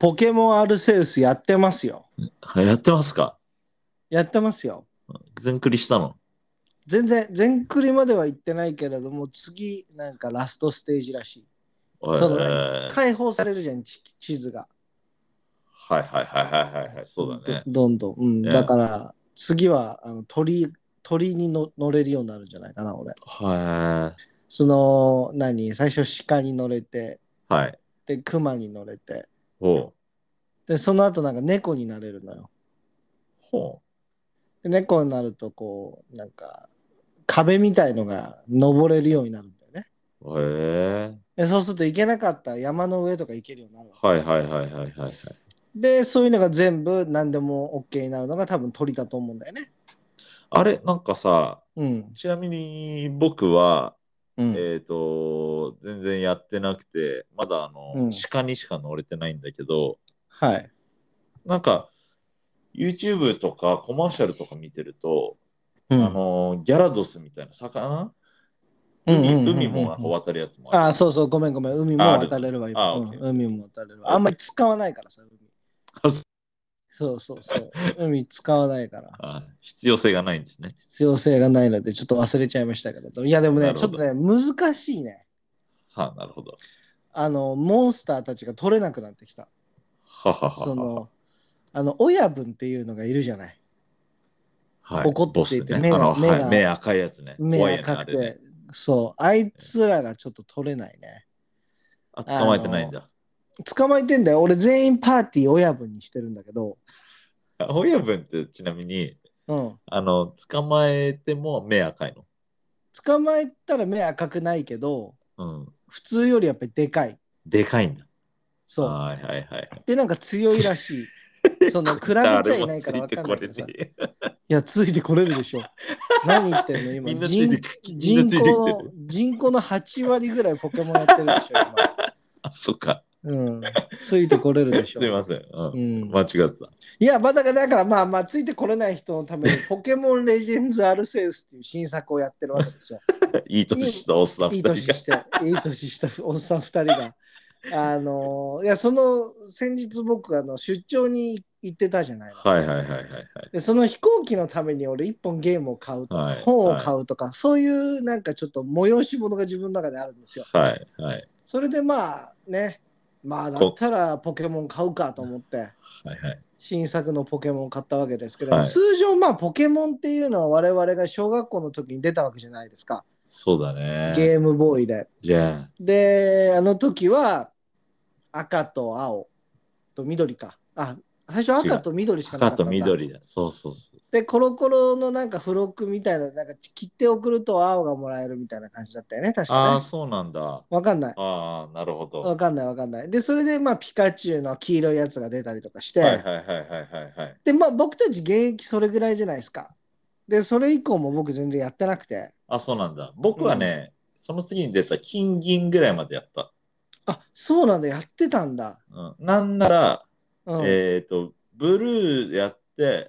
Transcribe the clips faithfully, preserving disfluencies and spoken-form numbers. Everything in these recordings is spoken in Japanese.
ポケモンアルセウスやってますよ。 やってますか？ やってますよ。 全クリしたの？ 全然、全クリまでは行ってないけれども、次、なんかラストステージらしい。 えその何ー、 解放されるじゃん、地地図が。 はいはいはいはいはいはい、そうだどね。 どんどん。うん、だね。 から、次はあの鳥、鳥にの乗れるようになるんじゃないかな、俺。 はその、何最初鹿に乗れて、 い。はい。 で、熊に乗れて、 ほう。 で、その後なんか猫になれるのよ。 ほで、猫になると、こう、なんか、壁みたいのが登れるようになるんだよね。 う。へえ。 で、そうすると行けなかった山の上とか行けるようになるわけ。 はいはいはいはいはいはい。 で、そういうのが全部何でも OK になるのが多分鳥だと思うんだよね。 あれ、なんかさ、 うん。 ちなみに僕は、 うん。 えっと、全然やってなくて、まだあの、 うん。 鹿にしか乗れてないんだけど、 はい。 なんか、YouTube とかコマーシャルとか見てると、あうん。 の、ギャラドスみたいな魚海、 うんうんうん海もなんかうんうん。 渡るやつもあるああ、 じゃん。 そうそう、ごめんごめん。海あ、 もあるの。 渡れるわ、今。 あ、 う OK。 ん。海も渡れるわ。あんま OK。 り使わないからさ、海。そうそうそう。海使わないから。 あ、必要性がないんですね。 必要性がないので、ちょっと忘れちゃいましたけれど。いや、でもね、 なるほど。 ちょっとね、難しいね。 はあ、なるほど。 あの、モンスターたちが取れなくなってきた。 ははははは。 その、あの、親分っていうのがいるじゃない。 はい。 怒っていて、 ボスね。 目が、 あの、はい。目目が、 赤いやつね。 目怖いよね、あれね。 赤くて、そう、あいつらがちょっと取れないね。 あ、捕まえてないんあの、 だ。 捕まえてんだよ。俺全員パーティー親分にしてるんだけど、 親分ってちなみに、 うん。 あの、捕まえても目赤いの？ 捕まえたら目赤くないけど、 うん。 普通よりやっぱりでかい。 でかいんだ。 そはいはいはいはい。 う。で、なんか強いらしい。その、 これ比べちゃい誰もないからわついてこかんないけどさ。 れて。 いや、ついてこれるでしょ。何言ってんの今、 みんなついて人、 き、みんな人ついてきて口の、 る。 人口のはち割ぐらいポケモンやってるでしょ、今。 あ、そっか。 うん。ついてこれるでしょ。 すいません。うん。 うん。 間違ってた。 いや、まあだから、だからまあまあ、ついてこれない人のために、ポケモンレジェンズ・アルセウスっていう新作をやってるわけですよ。 いいいい、 年したおっさんいい二人が。 年して、いい年したおっさんふたりが。あのーいや、その、先日僕、あの、出張に行ってたじゃないの。 はいはいはいはいはい。 で、その飛行機のために俺一本ゲームを買うとか、 はい本をはい買うとか、そういうなんかちょっと催し物が自分の中であるんですよ。 はいはい。 それでまあね、まあだっこ、 たらポケモン買うかと思って、 はいはい新作のポケモンを買ったわけですけれども、 はい。 通常まあポケモンっていうのは我々が小学校の時に出たわけじゃないですか。 そうだね。 ゲームボーイで。 いや、 で、あの時は赤と青と緑か。あ、最初違う。 赤と緑しかな赤とかったんだ。 緑だ。そうそうそうそで、コロコロのなんか付録みたいな、なんか切って送ると青がもらえるみたいな感じだったよね、確う。ああ、 かね。 そうなんだ。 わかんない。 ああ、なるほど。 わかんないわかんない。で、それでまあピカチュウの黄色いやつが出たりとかしはいて、 はいはいはいはいはい。 で、まあ僕たち現役それぐらいじゃないですか。で、それ以降も僕全然やってなくて。 あ、そうなんだ。僕うん。 はね、その次に出た金銀ぐらいまでやった。 あ、そうなんだ、やってたんだ。 うん、なんなら、 うん。 えっと、ブルーやって、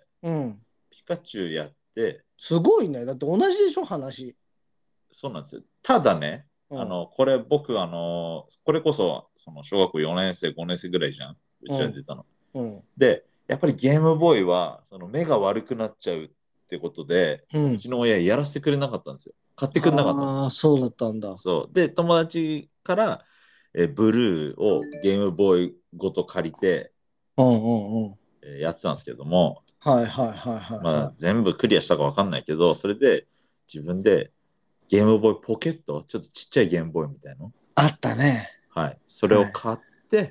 うん。 ピカチュウやって、 すごいね。だって同じでしょ、話。 そうなんですよ。ただね、 うん。 あの、これ僕、あの、これこそ、その小学校よねん生、ごねん生ぐらいじゃん。ううん。 ちらで出たの。 うん。 で、やっぱりゲームボーイは、その目が悪くなっちゃうってことで、 うん。 うちの親やらせてくれなかったんですよ。買ってくれなかったの。 ああ、そうだったんだ。 そう。で、友達から、えーブルーをゲームボーイごと借りて、 うんうんうん。 えーやってたんですけども、 はいはいはいはいまあ、 はい。 全部クリアしたかわかんないけど、それで自分でゲームボーイポケット、ちょっとちっちゃいゲームボーイみたいの。 あったね。 はい。それはい。 を買って、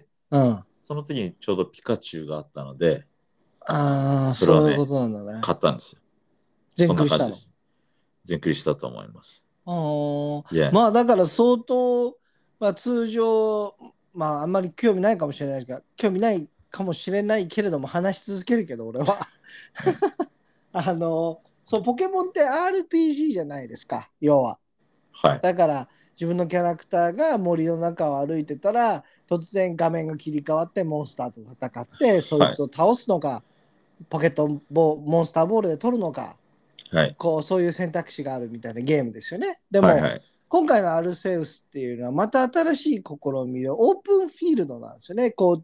うん。 その時にちょうどピカチュウがあったので、 ああ、そういうこそれはね、 となんだね。 買ったんですよ。そん全クリしたの？ な感じです。全クリしたと思います。 ああ、 いや、 まあだから相当、まあ通常、まああんまり興味ないかもしれないですが、興味ないかもしれないけれども話し続けるけど俺は。あの、そう、ポケモンって アールピージー じゃないですか、要は。 はい。 だから自分のキャラクターが森の中を歩いてたら、突然画面が切り替わってモンスターと戦って、そいはい。 つを倒すのか、ポケットボモンスターボールで取るのか、 はい。 こうそういう選択肢があるみたいなゲームですよね。ではい。 もはい。 今回のアルセウスっていうのはまた新しい試みでオープンフィールドなんですよね。こう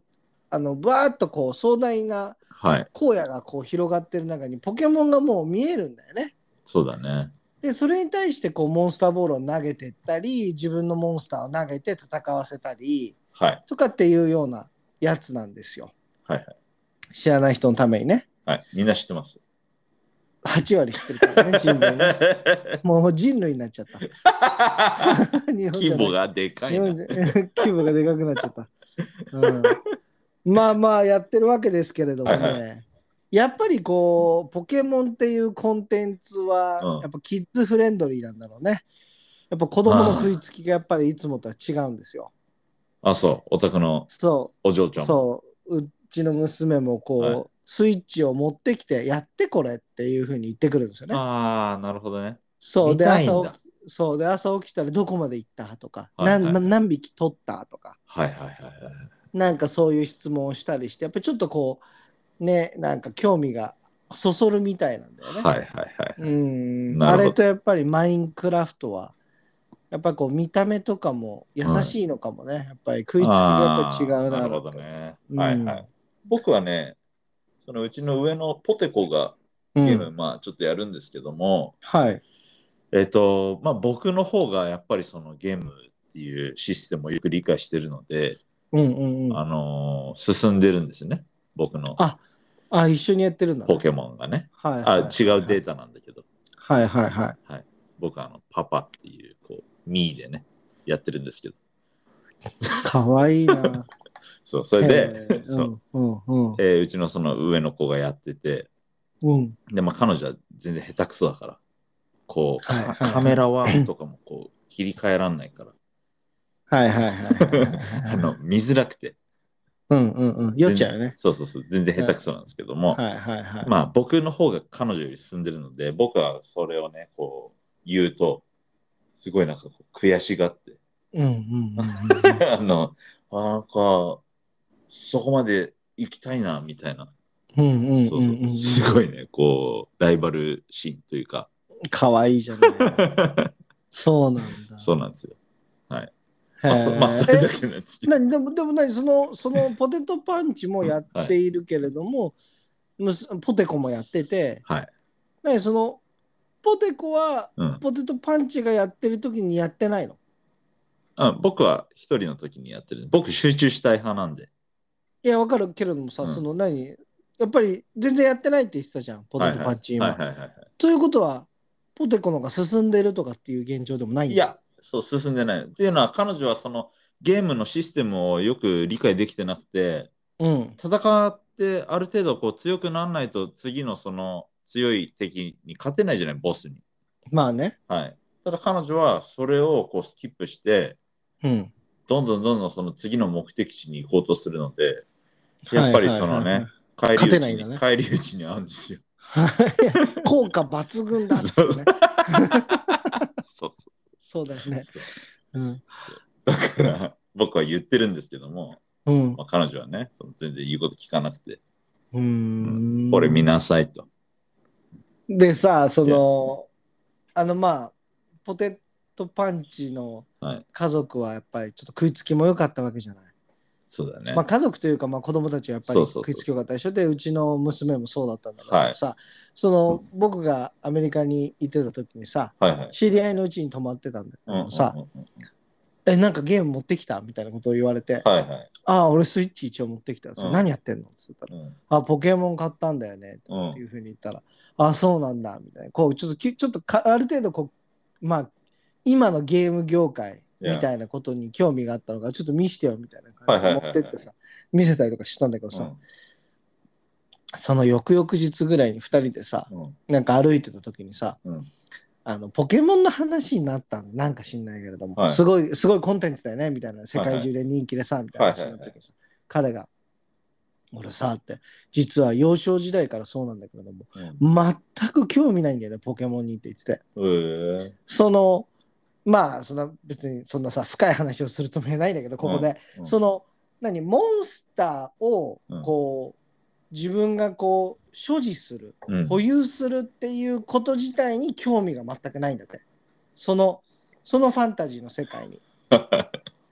あのバーッとこう壮大なはい。 荒野がこう広がってる中にポケモンがもう見えるんだよね。 そうだね。 でそれに対してこうモンスターボールを投げてったり自分のモンスターを投げて戦わせたりはい。 とかっていうようなやつなんですよ。 はいはい。 知らない人のためにね。 はい。みんな知ってます。 はち割知ってるからね、人類ね。もう人類になっちゃった。日本じゃない規模がでかいな。 日本じゃ規模がでかくなっちゃった。うん、まあまあやってるわけですけれどもね。 はいはやっぱりこうポケモンっていうコンテンツはうんやっぱキッズフレンドリーなんだろうね。やっぱ子供の食いつきがやっぱりいつもとは違うんですよ。 あ、そう。お宅のそお嬢ちゃう、 んも。 そう、うちの娘もこう、 はいスイッチを持ってきてやってこれっていうふうに言ってくるんですよね。 ああ、なるほどね。 そう見で朝起たいんだ。 きそうで朝起きたらどこまで行ったとか、 はいはいはい何何匹取ったとか、 はいはいはいはい。 なんかそういう質問をしたりして、やっぱりちょっとこうね、なんか興味がそそるみたいなんだよね。 はいはいはい。 うんなるほどあれとやっぱりマインクラフトはやっぱりこう見た目とかも優しいのかもね、やっぱり食いつきがやっぱり違うなあーなるほどと。 ね。 うんはいはい。僕はね、そのうちの上のポテコがうんゲーム、まあちょっとやるんですけども、 はいえっと、まあ僕の方がやっぱりそのゲームっていうシステムをよく理解してるので、 うんうんうんあのー進んでるんですよね。僕のああ一緒にやってるんだね。 ポケモンがね。あ、 はいはいはい違うデータなんだけど。 はいはいはいはい。僕はあの、パパっていう、こう、ミーでね、やってるんですけど。 かわいいな。 そう、それへで、 えそう、 うんうんうんえーうちのその上の子がやってて、 うんで、まあ彼女は全然下手くそだから、こう、 はいはいはいカカメラワークとかもこう、切り替えらんないから、 はいはいはいはいあの、見づらくて、 うんうんうん酔っちゃうよ全ね。 そうそうそう、全然下手くそなんですけども、 はいはいはい。 まあ僕の方が彼女より進んでるので、僕はそれをね、こう、言うと、すごいなんかこう悔しがって、 うんうんうんあの、あなんか、そこまで行きたいな、みたいな。 うんうんうんそうそう。 うんうんすごいね、こう、ライバルシーンというか。 かわいいじゃない。そうなんだ。 そうなんですよ。はい。 へまあ、そまあ、それだえ。 けなんですけど。 なにでもでも何そのそのポテトパンチもやっているけれども、むすポテコもやってて、 はい。 何そのポテコはうん。 ポテトパンチがやってる時にやってないの？ あ僕は一人の時にやってる。僕集中したい派なんで。 いやわかるけれどもさ、 うんその何やっぱり全然やってないって言ってたじゃん、ポテトはいはい。 パンチ今。 はいはいはいはい。 ということはポテコの方が進んでるとかっていう現状でもないんだ。 いや、そう、進んでない。っていうのは、彼女はそのゲームのシステムをよく理解できてなくて、 うん戦ってある程度こう強くならないと次のその強い敵に勝てないじゃない、ボスに。 まあね。 はい。ただ彼女はそれをこうスキップして、 うんどんどんどんどんその次の目的地に行こうとするので、やはいっぱりはいはいはいそのね、帰り勝て討ちに、 ないんだね。 帰り討ちに合うんですよ。 効果抜群だっつそうってね。 そうそうそうだよね。 そう。 うんだから僕は言ってるんですけども、 うんまあ、彼女はね、その全然言うこと聞かなくて、 うーんこれ見なさいと。 でさ、そいやのあのまあポテトパンチのはい。 家族はやっぱりちょっと食いつきも良かったわけじゃない。 そうだね。 まあ家族というかまあ子供たちはやっぱりそうそうそう食いつき良かったでしょ。でうちの娘もそうだったんだけどさ、その僕がアメリカに行ってた時にさ、 はいはい。 知り合いのうちに泊まってたんだけうんうんうんどもさ、えなんかゲーム持ってきたみたいなことを言われて、 はいはい。 ああ俺スイッチ一応持ってきたよ。それうん何やってんのって言ったら、 うんあポケモン買ったんだよねっていうふうに言ったら、あそうなんだみたいな、こうちょっときちょっとかある程度こうまあ今のゲーム業界みたいなことに興味があったのがちょっと見してよみたいな感じで持ってってさ見せたりとかしたんだけどさ、 うんその翌々日ぐらいにふたりでさ、 うんなんか歩いてた時にさ、 うんあのポケモンの話になったのなんか知んないけれども、 はいすごいすごいコンテンツだよねみたいな、世界中で人気でさみたいな話になった時にさ、彼が俺さって実は幼少時代からそうなんだけれども、 うん全く興味ないんだよねポケモンにって言ってて、 えーそのまあそんな別にそんなさ深い話をするつもりはないんだけどここで、 うんその何モンスターをこう、自分がこう所持する、 うん保有するっていうこと自体に興味が全くないんだって、そのそのファンタジーの世界に。 はい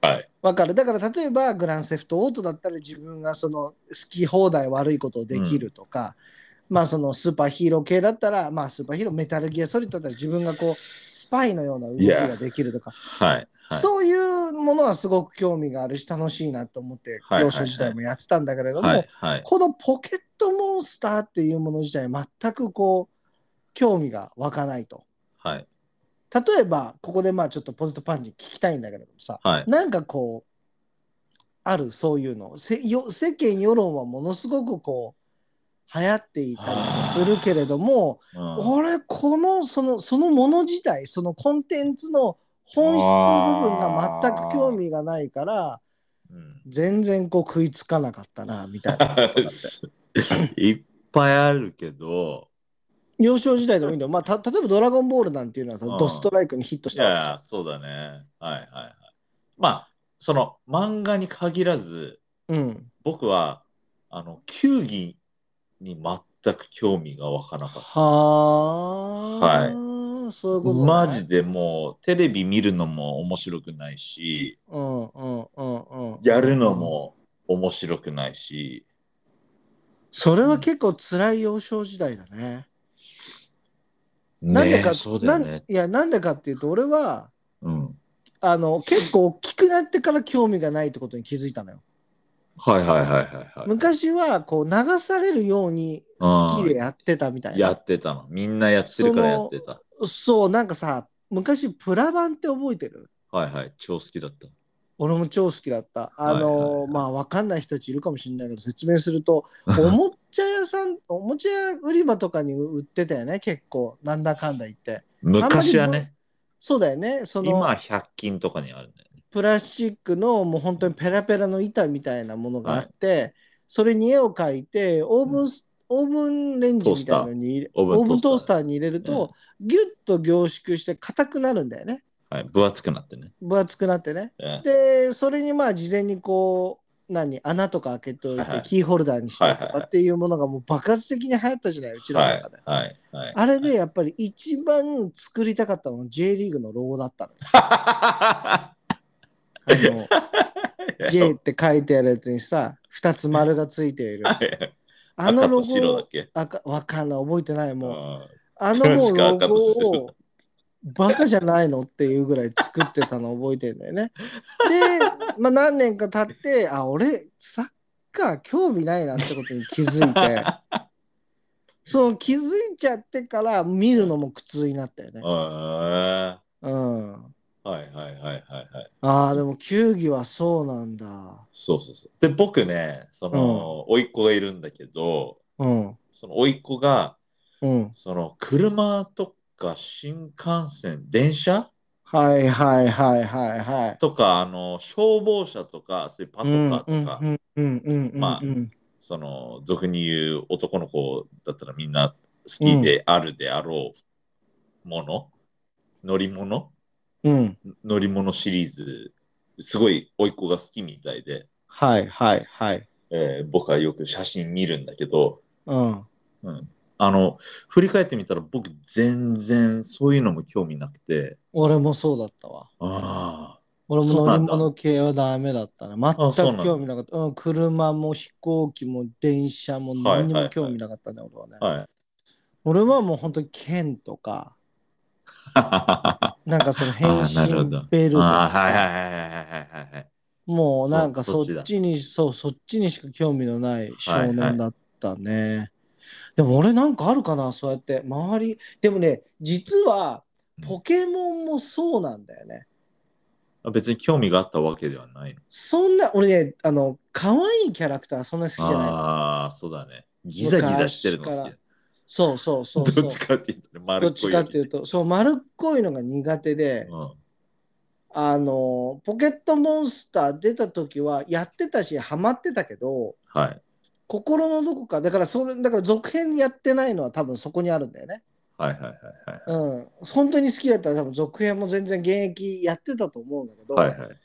はい。 わかる。だから例えばグランセフトオートだったら自分がその好き放題悪いことをできるとか、うん、まあそのスーパーヒーロー系だったら、まあスーパーヒーローメタルギアソリッドだったら自分がこうスパイのような動きができるとか、 はい、はい、 そういうものはすごく興味があるし楽しいなと思って幼少時代もやってたんだけれども、はいはいはい、このポケットモンスターっていうもの自体全くこう興味が湧かないと。 はい。 例えばここでまあちょっとポテトパンチ聞きたいんだけれどもさ、はい、なんかこうあるそういうのせよ世間世論はものすごくこう流行っていたりもするけれども、うん、俺このそのそのもの自体そのコンテンツの本質部分が全く興味がないから、うん、全然こう食いつかなかったなみたいなことがあっていっぱいあるけど幼少時代でもいいんだよ。まあ、た例えばドラゴンボールなんていうのは、うん、ドストライクにヒットしたわけじゃん。 いや、そうだね。はいはいはい。まあ、その漫画に限らず、うん、僕は、あの、球技に全く興味が湧かなかった。 ははい。 そういうことね。 マジでもう、テレビ見るのも面白くないし、 うんうんうんうん。 やるのも面白くないし。 それは結構辛い幼少時代だね。 ねなんでか、 そうだよね。 いや、なんでかっていうと、俺は、 うん、 あの、結構大きくなってから興味がないってことに気づいたのよ。 はいはいはいはい、はい。 昔は、こう、流されるように好きでやってたみたいな。 やってたの。みんなやってるからやってた。 そ, そう、なんかさ、昔、プラバンって覚えてる？ はいはい、超好きだった。 俺も超好きだった。あのーはいはいはい、まあ分かんない人たちいるかもしれないけど説明するとおもちゃ屋さんおもちゃ屋売り場とかに売ってたよね結構なんだかんだ言って。 昔はね。 そうだよね。その今はひゃく均とかにあるんだよね。 プラスチックのもう本当にペラペラの板みたいなものがあって、はい、それに絵を描いてオーブン、うん、オーブンレンジみたいなのにオーブントースターに入れると、うん、ギュッと凝縮して硬くなるんだよね。 はい、分厚くなってね。 分厚くなってね。ええ、で、それにまあ事前にこう、何、穴とか開けといて、はいはい、キーホルダーにしたりとかっていうものがもう爆発的に流行ったじゃない、うちらの中で。はいはいはい、あれでやっぱり一番作りたかったのは J リーグのロゴだったの。あの、J って書いてあるやつにさ、ふたつ丸がついている。あのロゴを、赤わかんない、覚えてない、もう。あのもうロゴを、バカじゃないのっていうぐらい作ってたの覚えてるんだよね。で、まあ、何年か経って、あ、俺、サッカー興味ないなってことに気づいて、その気づいちゃってから見るのも苦痛になったよね。うん。 はいはいはいはいはい。 ああ、でも球技はそうなんだ。 そうそうそう。で、僕ね、その、甥、うん、っ子がいるんだけど、うん、その甥っ子が、うん、その車とか新幹線、電車はいはいはいはいはい。 とか、あの、消防車とか、そういうパトカーとか、まあ、その、俗に言う男の子だったらみんな好きであるであろうもの、うん、乗り物、うん、乗り物シリーズ、すごい甥っ子が好きみたいで、 はいはいはい。 えー、僕はよく写真見るんだけど、 うん。 うん、あの、振り返ってみたら僕全然そういうのも興味なくて。 俺もそうだったわ。 ああ。 俺も乗り物系はダメだったね。全く興味なかった。うん、車も飛行機も電車も何にも興味なかったね、俺はね。はい、俺はもう本当に剣とか、なんかその変身ベルトとか、もうなんかそっちに、そう、そっちにしか興味のない少年だったね。はいはい、でも俺なんかあるかな、そうやって周り。でもね、実はポケモンもそうなんだよね。 別に興味があったわけではないの。 そんな、俺ね、あの、可愛いキャラクターそんな好きじゃないの。 ああ、そうだね。ギザギザしてるの好きだ。 そうそうそうそう。 どっちかっていうと、ね、 丸っこい。どっちかっていうと、そう、丸っこいのが苦手で、うん、あの、ポケットモンスター出た時はやってたし、ハマってたけど、はい、心のどこか、だからそれ、だから続編やってないのは多分そこにあるんだよね。はいはいはいはい。うん。本当に好きだったら多分続編も全然現役やってたと思うんだけど、はいはい、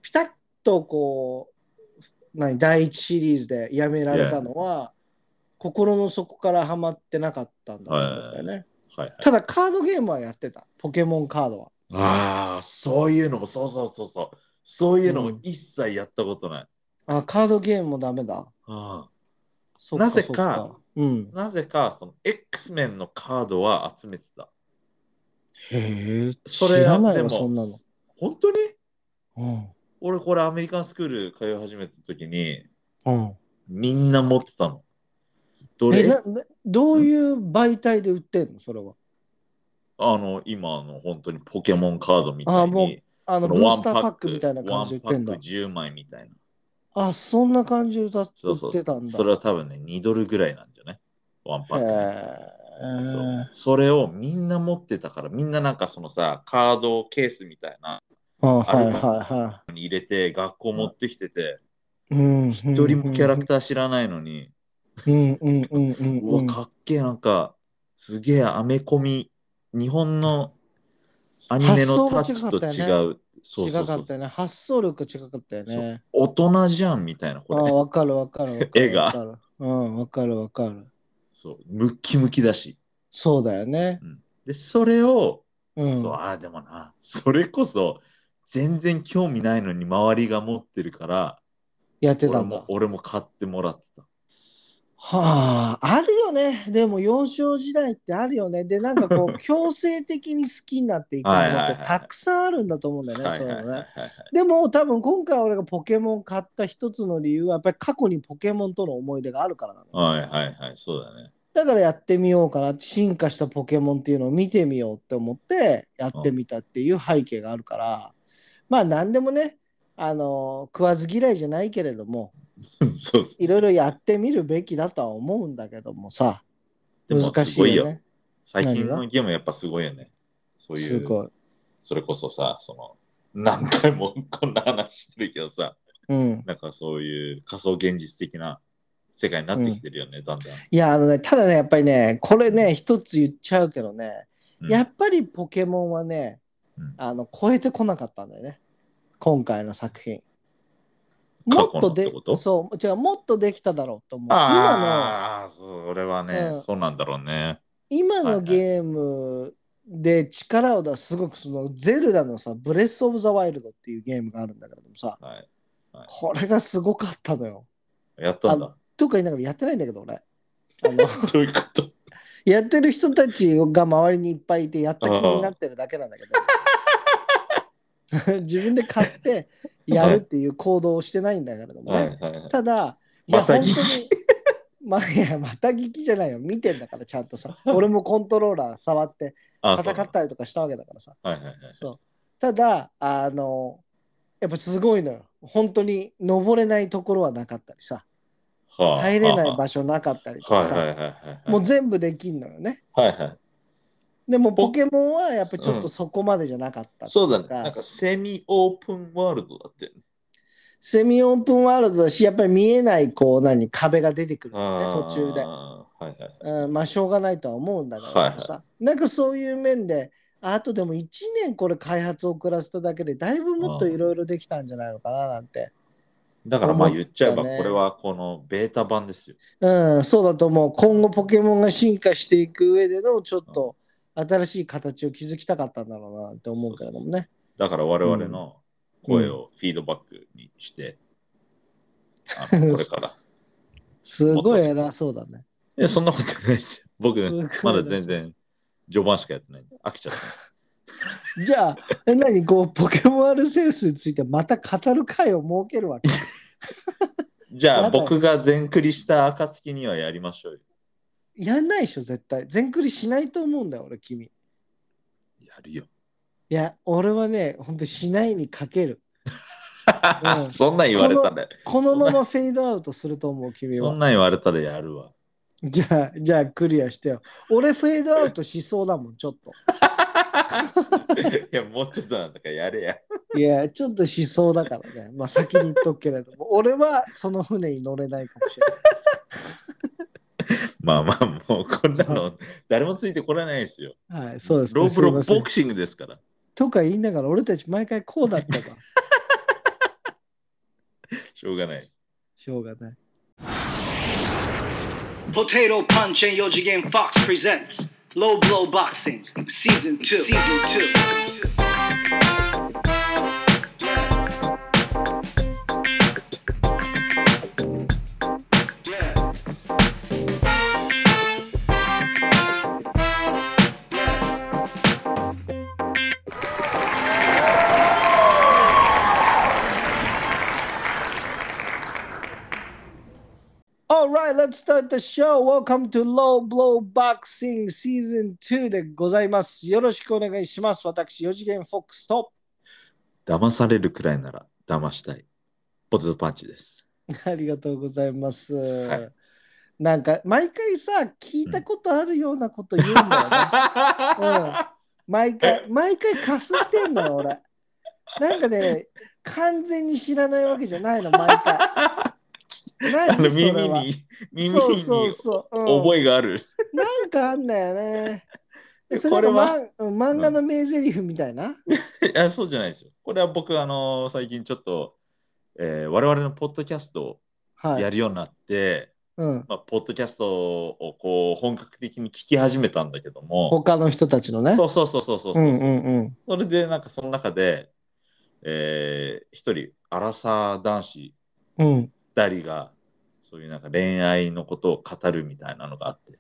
ピタッとこう、何、だいいちシリーズでやめられたのは、心の底からハマってなかったんだと思うんだよね。はいはいはい、ただカードゲームはやってた。ポケモンカードは。 ああ、そういうのも、そうそうそうそう。 そういうのも一切やったことない。 うん、あ、カードゲームもダメだ。 ああそっかなぜか、 うん、 なぜか、その X メンのカードは集めてた。 へえ、 それ知らないわ、 でもそんなの。 本当に、 うん、 俺これアメリカンスクール通い始めた時に、 うん、 みんな持ってたの。どえ、 れな、どういう媒体で売ってんのそれは。 あの、今の本当にポケモンカードみたあ、もう、 いに、 あの、 そのワンブースターパック、 パックみたいな感ワじで売っンパックてんだ。 じゅうまいみたいな。 あ、そんな感じで売そうそう。 ってたんそれはだ。 多分ね、にドルぐらいなんじゃないワンパへックね。そう。 え。 それをみんな持ってたから、みんななんかそのさ、カードケースみたいな、 あ、 あるはいはいはに入れて学校持ってきてて、 い。うん、 一うん、 人もキャラクうん、 ター知らないのに、 うん、うん、うん、うん、 うわ、 うん。 かっけえ、なんか、すげえアメコミ、日本のアニメ発の想が違かタッチとったよね。 違う。そ違うそうそう。 かったよね。発想力が違かったよそう。 ね。 大人じゃんみたいな、これ。 ああ、わかるわかるわか絵が。 るわかる。うん、わかるわかる。 そう。ムッキムキだし。 そうだよね。 うん、で、それを、そう、 うん。 ああ、でもな、それこそ、全然興味ないのに周りが持ってるから、 やってた俺も、 んだ。 俺も買ってもらってた。 はあ、あるよね。でも幼少時代ってあるよね。で、なんかこう、強制的に好きになっていくはいものってはいはいはい。 たくさんあるんだと思うんだよね、 はいはいはいはいそういうのね。でも多分今回俺がポケモン買った一つの理由は、やっぱり過去にポケモンとの思い出があるからなの。 はいはいはい、そうだね。 だからやってみようかな。進化したポケモンっていうのを見てみようって思ってやってみたっていう背景があるから、まあ何でもね、あの、食わず嫌いじゃないけれども、 そうっす。 いろいろやってみるべきだとは思うんだけどもさ、 でも難すごいよ。 しいよね。 最近何がのゲームやっぱすごいよね。そういう、 すごい。 それこそさ、その、何回もこんな話してるけどさ、 うん。 なんかそういう仮想現実的な世界になってきてるよね、だんだん。 いや、あのね、ただね、やっぱりね、これね、一つ言っちゃうけどね、 うんやっぱりポケモンはね、 うんあの、超えてこなかったんだよね。今回の作品。も過去っとで、 のってことそう、違う、もっとできただろうと思う。今の、 ああ、それはね、 うん、 そうなんだろうね。 今はいはい。 のゲームで力を出す、すごくその、ゼルダのさ、ブレス・オブ・ザ・ワイルドっていうゲームがあるんだけどもさ、 はいはい、 これがすごかったのよ。 やったんだ。 とか言いながらやってないんだけど、俺。あのどういうことやってる人たちが周りにいっぱいいて、やった気になってるだけなんだけど、自分で買ってやるっていう行動をしてないんだけれどもね。 はいはいはい、 ただ、いや、 また聞き本当に、まあ、いや、また聞きじゃないよ。見てんだから、ちゃんとさ。俺もコントローラー触ってあ戦ったりとかしたわけだからさ。 はいはいはい。 そう。ただ、あの、やっぱすごいのよ。本当に登れないところはなかったりさ。 はあ、 入れないは場所なかったりとあ、 かさ。 はいはいはいはい。 もう全部できんのよね。 はいはい。 でもポポケモンはやっぱりちょっとうん、 そこまでじゃなかったってそうだね。 いうか、 なんかセミオープンワールドだったよね。 セミオープンワールドだし、やっぱり見えないこう何壁が出てくるんだよね、 あ途中で。 あ、はいはいはい。 うん、まあしょうがないとは思うんだけどはいさ、 はなんかそういう面で、あとでもいちねんこれ開発を遅らせただけで、だいぶもっといろいろできたんじゃないのかななんてい。だからまあ思っ言っちゃえば、 たね。 これはこのベータ版ですよ。 うん、そうだと思う。今後ポケモンが進化していく上でのちょっと新しい形を築きたかったんだろうなって思うけれどもね。 だから我々の声をフィードバックにして、うん、あのこれから。 すごい偉そうだね。 いや、そんなことないですよ。僕、まだ全然序盤しかやってない。飽きちゃった。 じゃあ、え、何こう、ポケモンアルセウスについてまた語る会を設けるわけじゃあ、僕が全クリした暁にはやりましょうよ。 やんないでしょ、絶対。全クリしないと思うんだよ、俺、君。 やるよ。 いや、俺はね、ほんとしないにかける。 うん、そんな言われたら、ね、 この、このままフェードアウトすると思う、君は。 そんな言われたらやるわ。 じゃあ、じゃあクリアしてよ。俺フェードアウトしそうだもん、ちょっと。 いや、もうちょっとなんだからやれや。 いや、ちょっとしそうだからね。まあ先に言っとくけれども、俺はその船に乗れないかもしれない。 まあまあ、もうこんなの誰もついてこれないですよ。 はい、そうです、 ね。ロープロボクシングですから。 とか言いながら、俺たち毎回こうだったか。 しょうがない。 しょうがない。 Potato Punch andよ次元 Fox presents Low Blow Boxing Season two. Season two. Alright, let's start the show. Welcome to Low Blow Boxing Season ツーでございます。よろしくお願いします。私、よ次元フォックスと。 騙されるくらいなら騙したい。ポテトパンチです。 ありがとうございます。 はい、 なんか、毎回さ、聞いたことあるようなこと言うんだよね。うん、毎回、毎回かすってんのよ、俺。なんかね、完全に知らないわけじゃないの、毎回。 あの耳に、耳にそうそうそう、 うん、覚えがある。 なんかあんだよね。それは漫画の名台詞みたいな、うん、いや、そうじゃないですよ。これは僕、あの最近ちょっと、えー、我々のポッドキャストをやるようになって、はい、うん、まあ、ポッドキャストをこう本格的に聞き始めたんだけども、 他の人たちのね。 そうそうそうそうそうそう、うんうんうん、それでなんかその中で、えー、一人アラサー男子二人がそういうなんか恋愛のことを語るみたいなのがあって、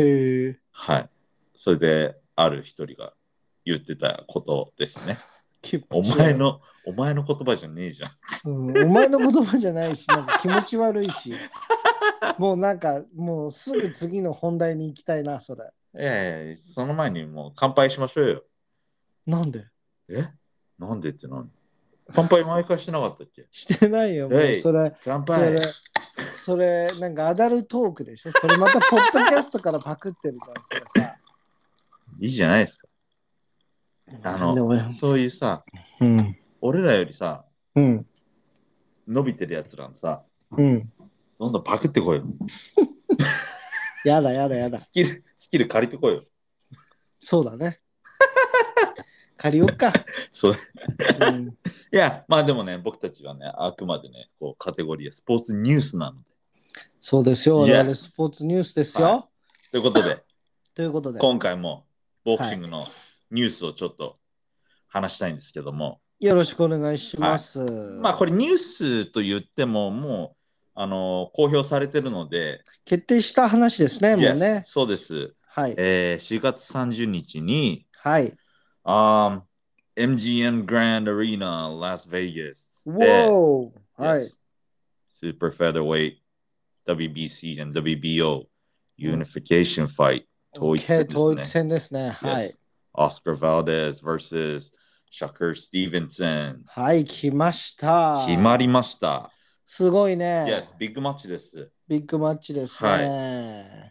へえ、 はい、それである一人が言ってたことですね。お前のお前の言葉じゃねえじゃん、 うん、お前の言葉じゃないし、なんか気持ち悪いし、もうなんかもうすぐ次の本題に行きたいな、それ。 ええ、その前にもう乾杯しましょうよ。 なんで？ えなんでって何？乾杯毎回してなかったっけ？ してないよ、もうそれ。 乾杯。 それ、それなんかアダルトークでしょ？それまたポッドキャストからパクってるから、それさ。 いいじゃないですか。あの、そういうさ、うん、俺らよりさ、うん、伸びてるやつらのさ、うん、どんどんパクってこいよ。 やだやだやだ。 スキル、スキル借りてこいよ。 そうだね。借りよっか。 そう、うん。いや、まあでもね、僕たちはね、あくまでね、こうカテゴリーはスポーツニュースなので。 そうですよ。我々スポーツニュースですよ。はい、 ということで、 ということで今回もボクシングのニュースをちょっと話したいんですけども。はい、 よろしくお願いします。はい、 まあこれニュースと言っても、もうあの公表されてるので。 決定した話ですね、もうね。 そうです。 はい。 えー、しがつさんじゅうにちに、 はい。 Um, エムジーエム Grand Arena, Las Vegas. Whoa! はい。 Super Featherweight, ダブリュービーシー and ダブリュービーオー、Unification Fight、統一戦ですね。 統一戦ですね。はい。 Oscar Valdez versus Shakur Stevenson。 はい、来ました。 決まりました。 すごいね。 Yes、ビッグマッチです。 ビッグマッチですね。はい、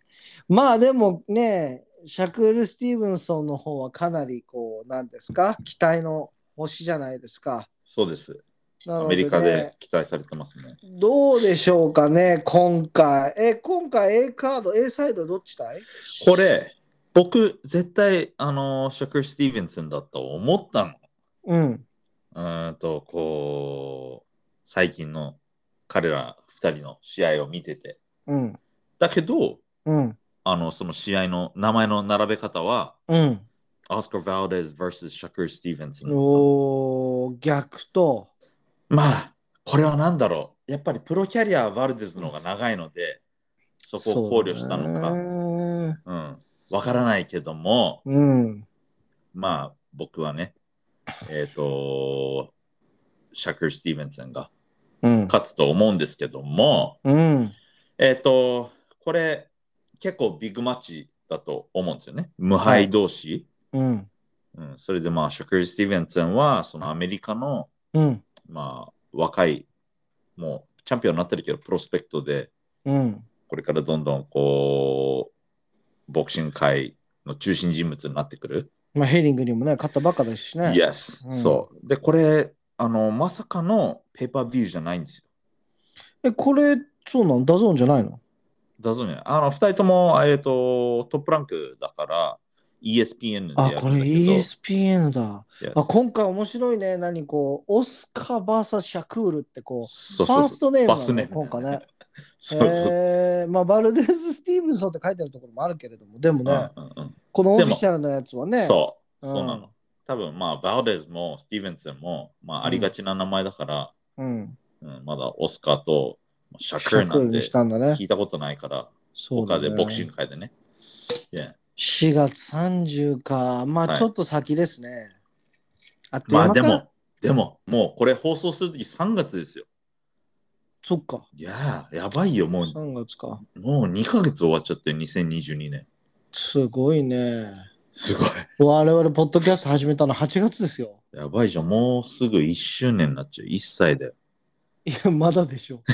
まあでもね、シャクール・スティーブンソンの方はかなりこう、なんですか、期待の星じゃないですか。 そうです。ね、アメリカで期待されてますね。 どうでしょうかね、今回。え、今回 A カード、A サイドどっちだい？ これ、僕、絶対、あの、シャクール・スティーブンソンだと思ったの。うん。うんと、こう、最近の彼らふたりの試合を見てて。うん。だけど、うん、あの、その試合の名前の並べ方は、うん。オスカー・バルデズ versus シャクール・スティーブンソン。 おー、逆と。 まあ、これは何だろう。やっぱりプロキャリアはバルデズの方が長いので、そこを考慮したのか。うん。わからないけども、うん、まあ、僕はね、えっ、ー、と、シャクール・スティーブンソンが勝つと思うんですけども、うん、えっ、ー、と、これ、結構ビッグマッチだと思うんですよね。無敗同士。はい、うんうん、それでまあ、シャクール・スティーブンソンは、そのアメリカの、うん、まあ、若い、もうチャンピオンになってるけど、プロスペクトで、うん、これからどんどんこう、ボクシング界の中心人物になってくる。 まあ、ヘリングにもね、勝ったばっかですしね。 Yes、うん、そう。で、これ、あの、まさかのペーパービューじゃないんですよ。 え、これ、そうなの？ダゾーンじゃないの？ ダゾーンね。あの、ふたりとも、えっと、トップランクだから、イーエスピーエヌ でやるんだけど。 あ、これ イーエスピーエヌ だ。Yes、あ、今回面白いね。何こう、オスカー ブイエス シャクールってこう、そうそうそう、ファーストネームなの、ファーストネーム今回ね。そうそう。えー、まあ、バルデス・スティーブンソンって書いてあるところもあるけれども、でもね、うんうんうん、このオフィシャルのやつはね。 そう、そうなの。多分、まあ、バルデスもスティーブンソンも、まあ、ありがちな名前だから、うんうん、まだオスカーとシャクールなんて聞いたことないから、他でボクシング界でね。 Yeah、しがつさんじゅうか。まあ、ちょっと先ですね。はい、 あっという間か。まあ、でも、でも、もうこれ放送するときさんがつですよ。 そっか。 いやー、やばいよ。もう、 さんがつか。 もうにかげつ終わっちゃってにせんにじゅうにねん。 すごいね。 すごい。 我々、ポッドキャスト始めたのはちがつですよ。 やばいじゃん。もうすぐいっしゅうねんになっちゃう。いっさいで。 いや、まだでしょ。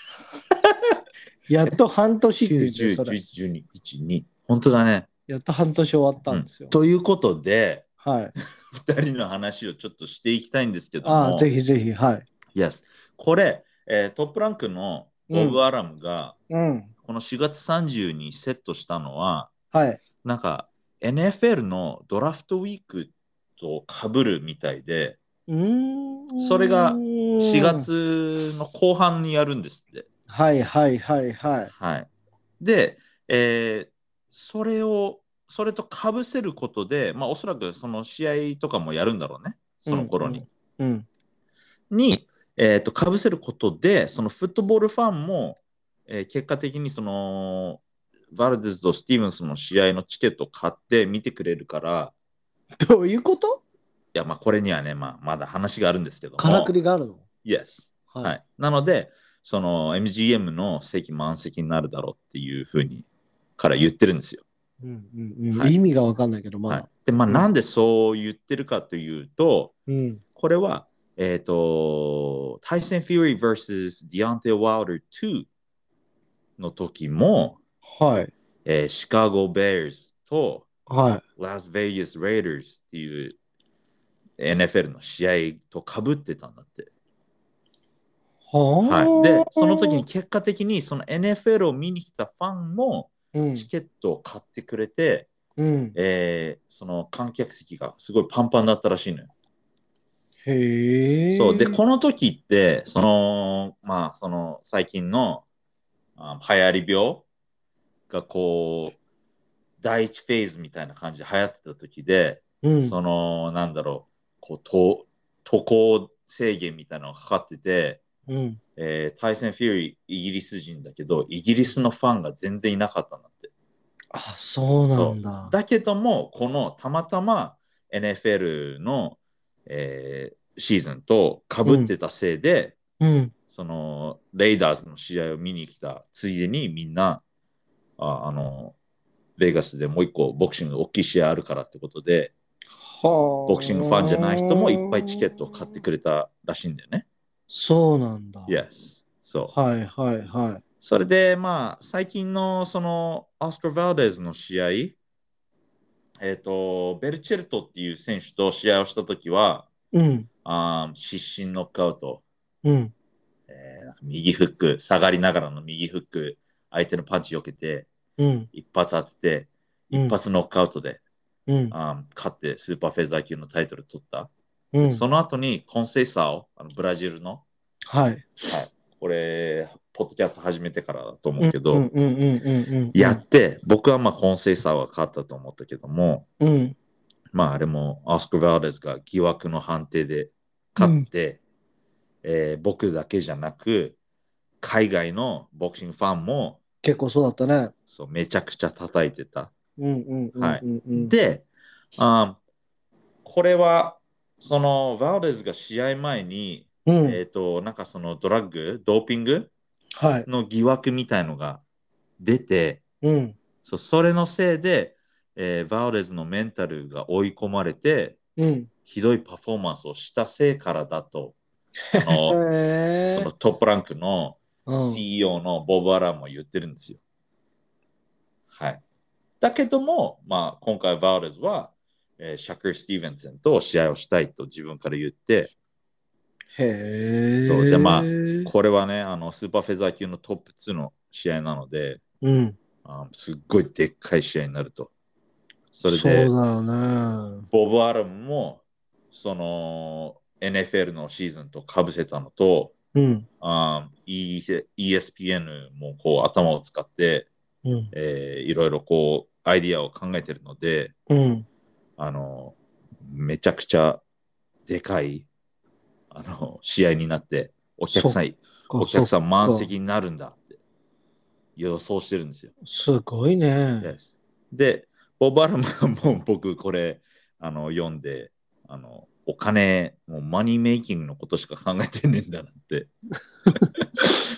やっと半年ってきゅう、 言ってじゅう、 それ。 じゅういち、じゅうに、いち、に。本当だね。 やっと半年終わったんですよ。 うんということで、 はい。 ふたりの話をちょっとしていきたいんですけどああ、 も、 ぜひぜひ、はい。 Yes。これ、えートップランクのボブ・アラムが、 うん。 このしがつさんじゅうにセットしたのは、 はい。 なんか エヌエフエル のドラフトウィークと被るみたいで、 うーん。 それがしがつの後半にやるんですって。 はいはいはいはい。 はい。で、えーそれを、それとかぶせることで、まあおそらくその試合とかもやるんだろうね。その頃に。 うん。うんに、えーと、かぶせることで、そのフットボールファンも、えー結果的にその、バルデズとスティーブンスの試合のチケットを買って見てくれるから、 どういうこと？ いや、まあこれにはね、まあまだ話があるんですけども。 からくりがあるの？ Yes。 はい。 はい。なので、その エムジーエム の席満席になるだろうっていうふうにから言ってるんですよ。 うんうんうん。 はい意味がわかんないけど、まだ。 はい。で、まあうんなんでそう言ってるかというと、 うん。 これは、えっ、と、タイソン・フューリー vs ディアンテ・ワイルダーにの時も、 はい。 えーシカゴ・ベアーズとはい。 ラスベガス・レイダーズっていう エヌエフエル の試合とかぶってたんだって。 ははい。で、その時にに、 結果的にその エヌエフエル を見に来たファンもうん。 チケットを買ってくれて、 うん。 えーその観客席がすごいパンパンだったらしいのよ。 へえ。 そう。で、この時って、その、まあ、その最近のあ流行り病がこう、第一フェーズみたいな感じで流行ってた時で、 うん。 その、なんだろう、こう、と渡航制限みたいなのがかかってて、 うん。 えー、タイソン・フューリーイギリス人だけど、イギリスのファンが全然いなかったんだって。 あ、そうなそんだ。 う。だけども、このたまたま エヌエフエル の、えーシーズンと被ってたせいで、 うん。 そのレイダーズの試合を見に来たついでにみんな、あ、あの、ベガスでもう一個ボクシング大きい試合あるからってことで、 はあ。 ボクシングファンじゃない人もいっぱいチケットを買ってくれたらしいんだよね。 そうなんだ。 Yes。そう。 はいはいはい。 それで、まあ、最近のそのオスカー・ヴァルデズの試合、えっ、と、ベルチェルトっていう選手と試合をしたときは、 うん。 あー失神ノックアウト、 うん。 えーなんか右フック、下がりながらの右フック、相手のパンチ避けて、 うん。 一発当てて、 うん一発ノックアウトで、 うん。 あー勝ってスーパーフェザー級のタイトル取った。 うん。 その後にコンセイサーを、あのブラジルの、 はい。 はい、これ、ポッドキャスト始めてからだとうん思うけど、 うんうんうんうんうん。 やって、僕はまあコンセイサーは勝ったと思ったけども、 うん。 まああれもオスカー・ヴァルデズが疑惑の判定で勝って、えー僕だけじゃなく、海外のボクシングファンも結構そうだったね。 そうめちゃくちゃ叩いてた。 うんうんうんはいうんうん。 で、あこれは、その、ヴァルデズが試合前に、 うん。 えっ、と、なんかそのドラッグ、ドーピングはい。 の疑惑みたいのが出て、 うん。 そうそれのせいで、えー、ヴァルデズのメンタルが追い込まれて、 うん。 ひどいパフォーマンスをしたせいからだと、そへの、そえ。 のトップランクのうん。 シーイーオー のボブ・アランも言ってるんですよ。はい。だけども、まあ、今回、ヴァルデズは、えーシャクル・スティーブンソンと試合をしたいと自分から言って、 へえ。 そう。で、まあ、これはね、あの、スーパーフェザー級のトップツーの試合なので、 うん。 あすっごいでっかい試合になると。それそうで、 だよね。 ボブ・アラムも、その、エヌエフエル のシーズンとかぶせたのと、 うん。 あ イーエスピーエヌ もこう頭を使って、 うん。 えーいろいろこうアイディアを考えてるので、 うん。 あの、めちゃくちゃでかいあの試合になって、お客さん、お客さん満席になるんだって予想してるんですよ。 すごいね。 で、ボブ・アラムはもう僕これあの読んで、あのお金、もうマニーメイキングのことしか考えてねえんだなって。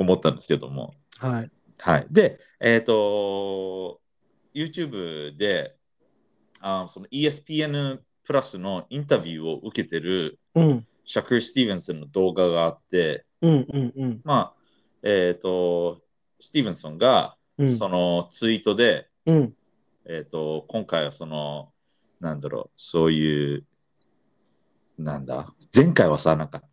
思ったんですけども。 はい。 はい。で、えっ、ー、と、YouTube であその イーエスピーエヌ プラスのインタビューを受けてる、 うん、 シャクル・スティーブンソンの動画があって、 うんうんうん、 まあ、えっ、ー、と、スティーブンソンが、そのツイートで、 うん、 えっ、ー、と、今回はその、なんだろう、そういう、なんだ、前回はさ、なんか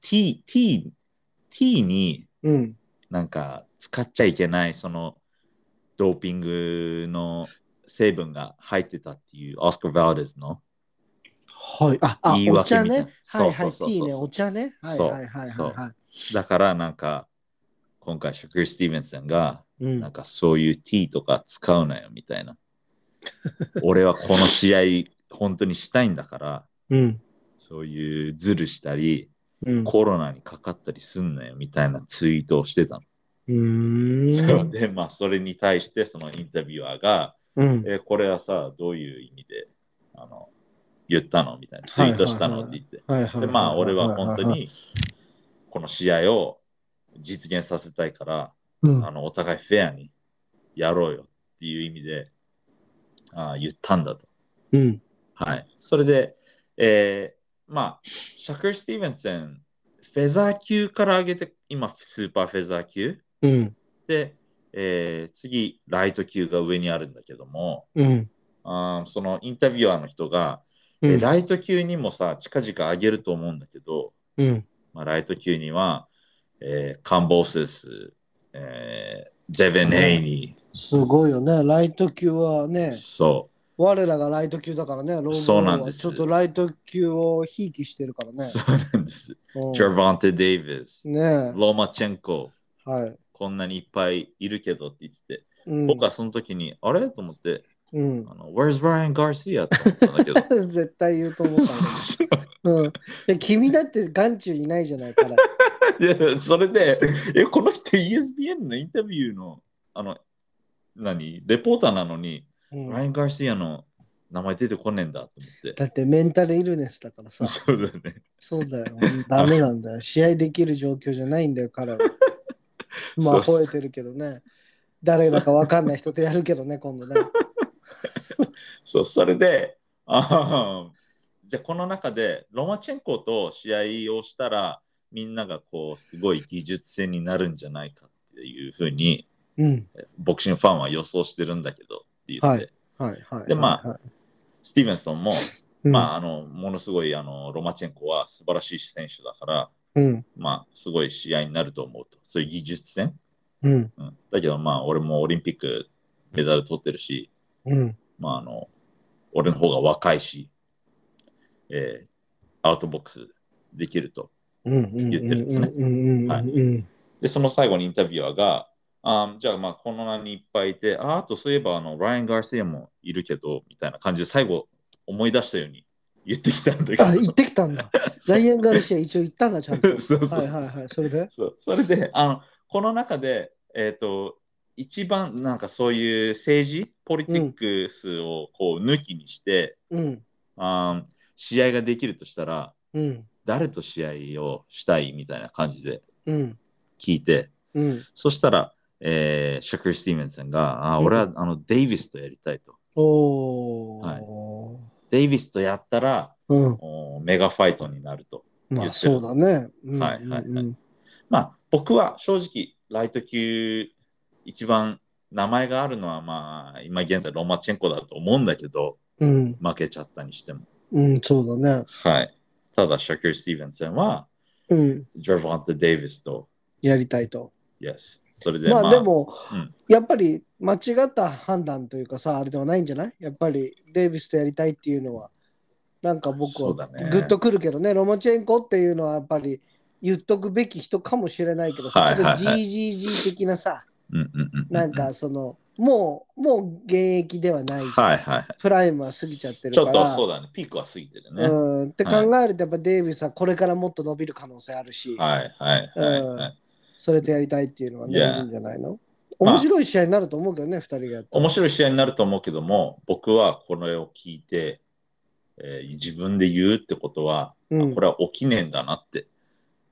T、T、T になんか使っちゃいけない、その、ドーピングの成分が入ってたっていう、オスカー・バルデスのはい。あ、あ、 言いお茶ね。 訳みたいな。 はいはい。 そうそうそう T ね、 そうそう。 お茶ね。はいそうはいはいはいそはい。 う。だからなんか、今回、シャクル・スティーブンソンが、 うん、 なんかそういう T とか使うなよみたいな。俺はこの試合、本当にしたいんだから、 うん、 そういうズルしたり、 うん。 コロナにかかったりすんなよみたいなツイートをしてたの。 うーん。 そうで、まあ、それに対してそのインタビュアーが、 うん。 えーこれはさ、どういう意味であの言ったのみたいな、ツはいはいイートしたのってはい。 言って。 はいはいで、 はいはいまあ、俺は本はいはい。 当にこの試合を実現させたいから、 うん。 あのお互いフェアにやろうよっていう意味であ言ったんだと。 うん。 はい。それで、えー、まあ、シャクル・スティーブンソン、フェザー級から上げて、今、スーパーフェザー級。 うん。 で、えー、次、ライト級が上にあるんだけども、 うん。 あそのインタビュアーの人が、 うん。 えーライト級にもさ、近々上げると思うんだけど、 うん。 まあ、ライト級には、えー、カンボーセス、えー、デヴェン・ヘイニー。すごいよね。ライト級はー。 ね、 そう。 我らがライト級だからね、ローそうブローなんです。 はちょっとライト級をひいきしてるからね。 そうなんです。 うん、 ジャーヴァンテ・デイビス、 ねローマチェンコ、 はい。 こんなにいっぱいいるけどって言ってて、 うん、 僕はその時に、あれと思って、 うん、 あの Where's Ryan Garcia? って思ったんだけど。 絶対言うと思った俺も。うん、で君だって眼中いないじゃないから。 いや、それで、え、この人 イーエスピーエヌ のインタビューの、あの、何、レポーターなのに、 うん、 ライアン・ガーシアの名前出てこねえんだと思って。 だってメンタルイルネスだからさ。 そうだね。 そうだよ。ダメなんだよ。試合できる状況じゃないんだよ、彼は。まあ、 そう吠えてるけどね。誰だか分かんない人とやるけどね、今度ね。 そう、それで、あじゃあこの中でロマチェンコと試合をしたら、みんながこう、すごい技術戦になるんじゃないかっていうふうに、 うん、 ボクシングファンは予想してるんだけどって言って。 はい、はい、はい。 で、まあ、 はい、 スティーブンソンも、 うん、 まあ、あの、ものすごい、あの、ロマチェンコは素晴らしい選手だから、 うん、 まあ、すごい試合になると思うと。そういう技術戦。 うん、 うん、だけど、まあ、俺もオリンピックメダル取ってるし、 うん、 まあ、あの、俺の方が若いし、えー、アウトボックスできると言ってるんですね。で、その最後にインタビュアーが、あじゃあ、まあ、この名にいっぱいいて、ああとそういえば、あの、ライアン・ガーシアもいるけど、みたいな感じで最後思い出したように言ってきたんだけど。 あ、言ってきたんだ。ライアン・ガルシア一応言ったんだ、ちゃんと。 そうそうそうはいはいはい。それでそうそれで、あの、この中で、えっ、ー、と、一番なんかそういう政治、ポリティックスをこう抜きにして、 うん、 あ試合ができるとしたら、 うん、 誰と試合をしたいみたいな感じでうん、 聞いて、 うん、 そしたら、えー、シャクル・スティーブンソンが、あ俺はあのデイビスとやりたいと。 おー、 はい、デイビスとやったら、うん、メガファイトになるとまあそうだね。 はいはいはい。まあ僕は正直ライト級一番名前があるのはまあ今現在ロマチェンコだと思うんだけど、うん、負けちゃったにしても。 うん、そうだね。 はい。ただシャクル・スティーブンソンは、うん、ジャヴァンテ・デイビスとやりたいと。 Yes。それでまあ、 まあでも、 うん、 やっぱり間違った判断というかさ、あれではないんじゃない？やっぱりデイビスとやりたいっていうのは、なんか僕はグッとくるけどね、ねロマチェンコっていうのはやっぱり言っとくべき人かもしれないけど、はいはいはい、ちょっと ジージージー 的なさ、なんかその、もう、もう現役ではないじゃん、はいはいはい、プライムは過ぎちゃってるから。 ちょっとそうだね、ピークは過ぎてるね。 うん、って考えると、やっぱデイビスはこれからもっと伸びる可能性あるし、はいはいはい、はい、それとやりたいっていうのはね、いいんじゃないの？面白い試合になると思うけどね、ふたりがやったら。 面白い試合になると思うけども、僕はこれを聞いて、えー、自分で言うってことは、うん、これは起きねえんだなって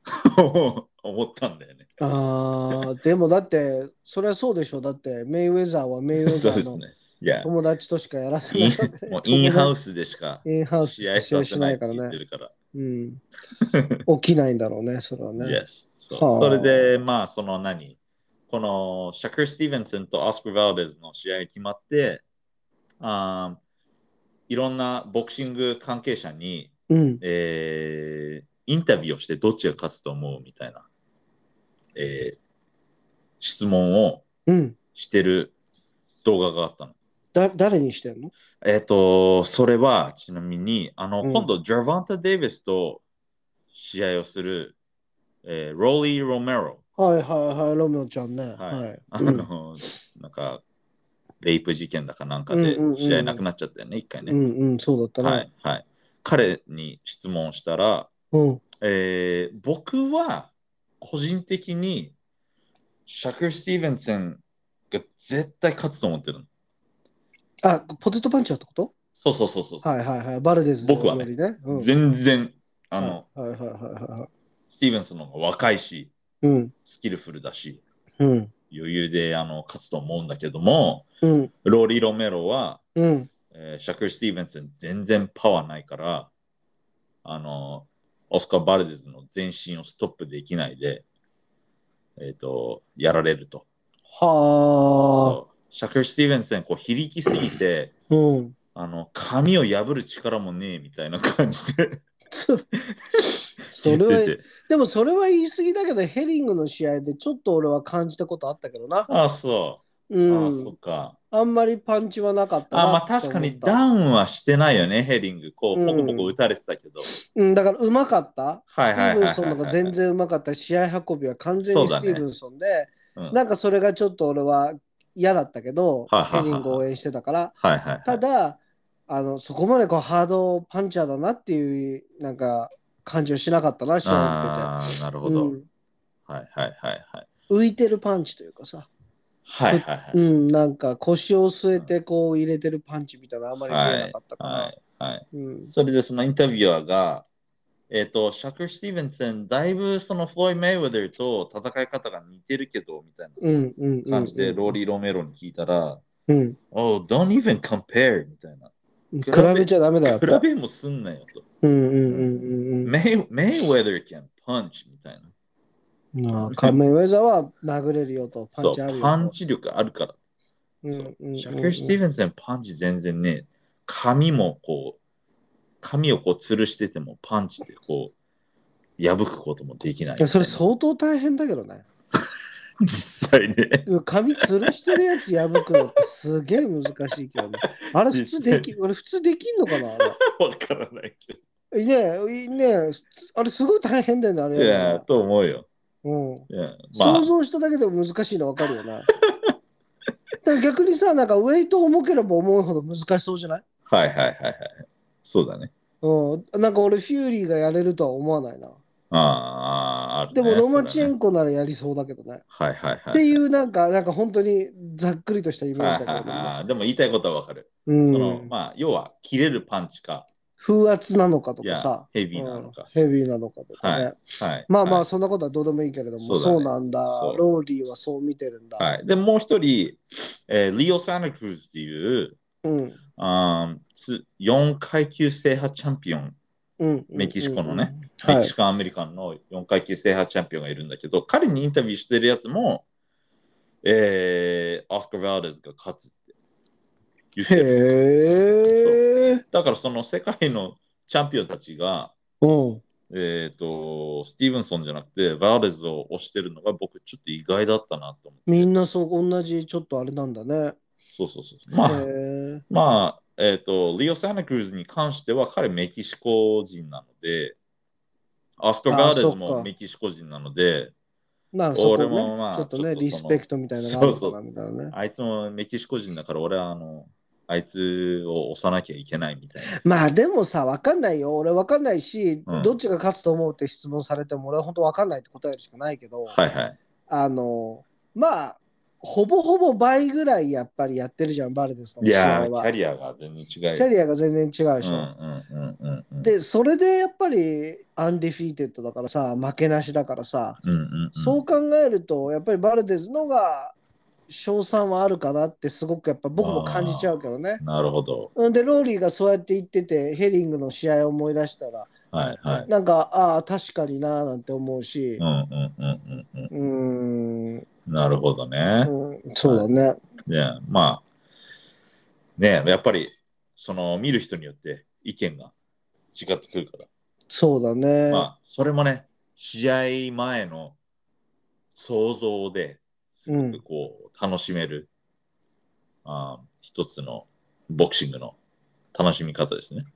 思ったんだよね。 ああ、でもだって、それはそうでしょ。だって、メイウェザーはメイウェザーの友達としかやらせないわけで。 もうインハウスでしかインハウス試合させないからね。 うん。起きないんだろうね、それはね。 Yes. そ, それで、まあ、その何このシャクル・スティーブンソンとオスカー・ヴァルデズの試合が決まって、あいろんなボクシング関係者に、 うんえー、インタビューをしてどっちが勝つと思うみたいな、えー、質問をしてる動画があったの。 だ誰にしてんの？ えっ、ー、と、それはちなみに、あの、うん、今度、ジャヴァンタ・デイビスと試合をする、えー、ローリー・ロメロ。 はいはいはい、ロメロちゃんね。はい。 はい、あの、うん、なんか、レイプ事件だかなんかで試合なくなっちゃったよね、一回ね。 うんうん、そうだったね。 はい、はい。彼に質問したら、 うん、 えー、僕は個人的にシャクル・スティーブンソンが絶対勝つと思ってるの。 あ、ポテトパンチはってこと？ そうそうそうそう。 はいはいはい。バルデズよりね。 僕はね、うん、全然、あの、 はいはいはいはいはい。 スティーブンソンの方が若いし、 うん、 スキルフルだし、 うん、 余裕であの勝つと思うんだけども、 うん、 ローリー・ロメロは、 うんえー、シャクル・スティーブンソン全然パワーないから、あの、オスカー・バルデズの前進をストップできないで、えっ、ー、と、やられると。 はあ。 シャクル・スティーブンソン、こう、非力すぎて、 うん、 あの、髪を破る力もねえみたいな感じでそれは、でもそれは言い過ぎだけど、ヘリングの試合でちょっと俺は感じたことあったけどな。 ああ、そう。うん、ああ、そっか。 あんまりパンチはなかったな。 あ、まあ確かにダウンはしてないよね、ヘリング。こう、ポコポコ打たれてたけど。 うん、だからうまかった。 はいはいはいはいはい、 スティーブンソンのが全然うまかった。試合運びは完全にスティーブンソンで、ねうん、なんかそれがちょっと俺は嫌だったけど、はいはいはいはい、ヘリングを応援してたから。 はいはいはい、 ただあの、そこまでこうハードパンチャーだなっていうなんか感じはしなかったな、試合を見てて。 ああ、なるほど、うん。はいはいはいはい。 浮いてるパンチというかさ。 はいはいはい。 うん、なんか腰を据えてこう入れてるパンチみたいなあんまり見えなかったから。 はいはい、はいうん、それでそのインタビュアーが、えっ、ー、と、シャクル・スティーブンソン、だいぶそのフロイ・メイウェザーと戦い方が似てるけど、みたいな感じでローリー・ロメロに聞いたら、 うん、 Oh, don't even compare! みたいな。 比べちゃダメだよ。 比べもすんなよと。 うんうんうんうん。 メイウェザー can punch! みたいな。 ああ、メイウェザーは殴れるよと。 パンチあるよと。そう、パンチ力あるから。うんうんうんうん、シャクル・スティーブンソンパンチ全然ね、髪もこう、髪をこう吊るしててもパンチでこう破くこともできないい。 それ相当大変だけどね。 実際ね。 髪吊るしてるやつ破くのってすげえ難しいけどね。あれ普通でき、俺普通できんのかなわからないけど。 ねえ、ねえ、あれすごい大変だよね、あれ。 いや、と思うよ。 うん。いやまあ、想像しただけでも難しいのわかるよな。だから逆にさ、なんかウェイト重ければ重いほど難しそうじゃない？ はいはいはいはい。そうだね。 うん。なんか俺フューリーがやれるとは思わないな。 ああ、あるね。 でもロマチェンコならやりそうだけどね。 はいはいはい。 っていうなんか、なんか本当にざっくりとしたイメージだけど、ね。 はいはいはい。でも言いたいことはわかる。うん。その、まあ、要は切れるパンチか。 風圧なのかとかさ。 ヘビーなのか、 うん。ヘビーなのかとかね。はいはい、まあまあ、はい、そんなことはどうでもいいけれども、そう,、ね、そうなんだ。ローリーはそう見てるんだ。 はい。で、もう一人、えー、リオ・サナクルーズっていう、 うん、 あよんかい級制覇チャンピオン。メキシコのね、メキシコアメリカンのよんかい級制覇チャンピオンがいるんだけど、はい、彼にインタビューしてるやつも、えー、オスカー・ヴァルデズが勝つって言ってる。へー。だからその世界のチャンピオンたちが、うん、えっ、ー、と、スティーブンソンじゃなくて、ヴァルデズを推してるのが僕ちょっと意外だったなと思って。 みんなそう同じちょっとあれなんだね。 そうそうそう。まあ、まあ、えっ、ー、と、リオ・サナクルーズに関しては彼メキシコ人なので、オスカー・バーデズもメキシコ人なので、 まあ、俺もまあ、ちょっとね、リスペクトみたいなのがあるのかなみたいなね。 あいつもメキシコ人だから俺はあの、あいつを押さなきゃいけないみたいな。 まあでもさ、わかんないよ。俺わかんないし、うん、どっちが勝つと思うって質問されても俺は本当わかんないって答えるしかないけど、 はいはい。 あの、まあ、 ほぼほぼ倍ぐらいやっぱりやってるじゃん、バルデスのいやー、 試合は。 キャリアが全然違う。 キャリアが全然違うでしょ。 うんうんうんうんうん、 で、それでやっぱりアンディフィーテッドだからさ、負けなしだからさ、 うんうんうん、 そう考えると、やっぱりバルデズのが勝算はあるかなってすごくやっぱ僕も感じちゃうけどね。 なるほど。 で、ローリーがそうやって言ってて、ヘリングの試合を思い出したら、 はいはい。 なんか、ああ、確かになーなんて思うし、 うんうんうんうんうん。うーん。 なるほどね。 うん、そうだね。 いや、まあ、ねやっぱり、その見る人によって意見が違ってくるから。 そうだね。 まあ、それもね、試合前の想像ですごくこう、楽しめる、うん、あ一つのボクシングの楽しみ方ですね。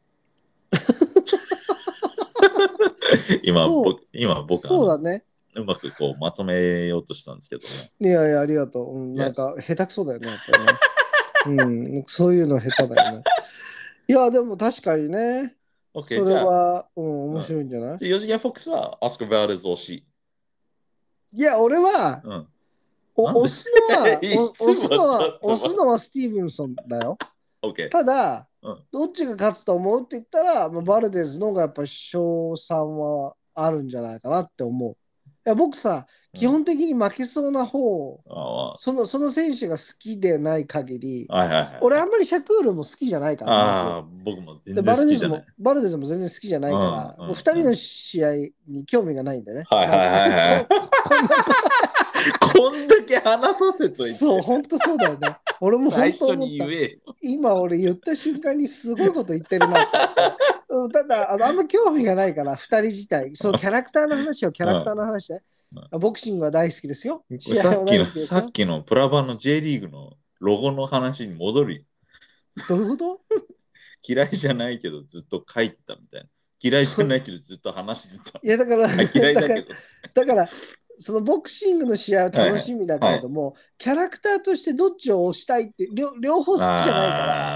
今、僕今僕そうだね。 うまくこうまとめようとしたんですけども。 いやいや、ありがとう。うん、なんか、下手くそだよね、やっぱりね。うん、そういうの下手だよね。いや、でも確かにね。 OK、 それじゃあ、 は、うん、面白いんじゃない、 四次元フォックスはオスカー・バルデズ推し。 いや、俺は、 うん、 お押すのは、お押すのは、押すのは。 はスティーブンソンだよ。 OK。 ただ、 うん、 どっちが勝つと思うって言ったら、まあ、バルデズの方がやっぱり勝算はあるんじゃないかなって思う。いや僕さ、基本的に負けそうな方、 あそのその選手が好きでない限り、 はいはいはい。 俺あんまりシャクールも好きじゃないから、まず。 ああ、僕も全で然バルデズも好きじゃない。 バルデズも全然好きじゃないから、 うんうんもうふたりの試合に興味がないんだよね。 はいはいはいはい。 ここんなこんだけ話させといて。 そう、本当そうだよね。俺も最初本当思った。 に言えよ。 今俺言った瞬間にすごいこと言ってるなって思ってうんただあの、あんま興味がないから、ふたり自体。そう、キャラクターの話をキャラクターの話ね。ボクシングは大好きですよ。試合はさっきの大好きですよ。 さっきのプラバンの J リーグのロゴの話に戻るよ。 どういうこと嫌いじゃないけどずっと書いてたみたいな。嫌いじゃないけどずっと話してた。 いやだから、 嫌いだけど。 だから、そのボクシングの試合は楽しみだけれども、はいはい、キャラクターとしてどっちを推したいって両、両方好きじゃないから、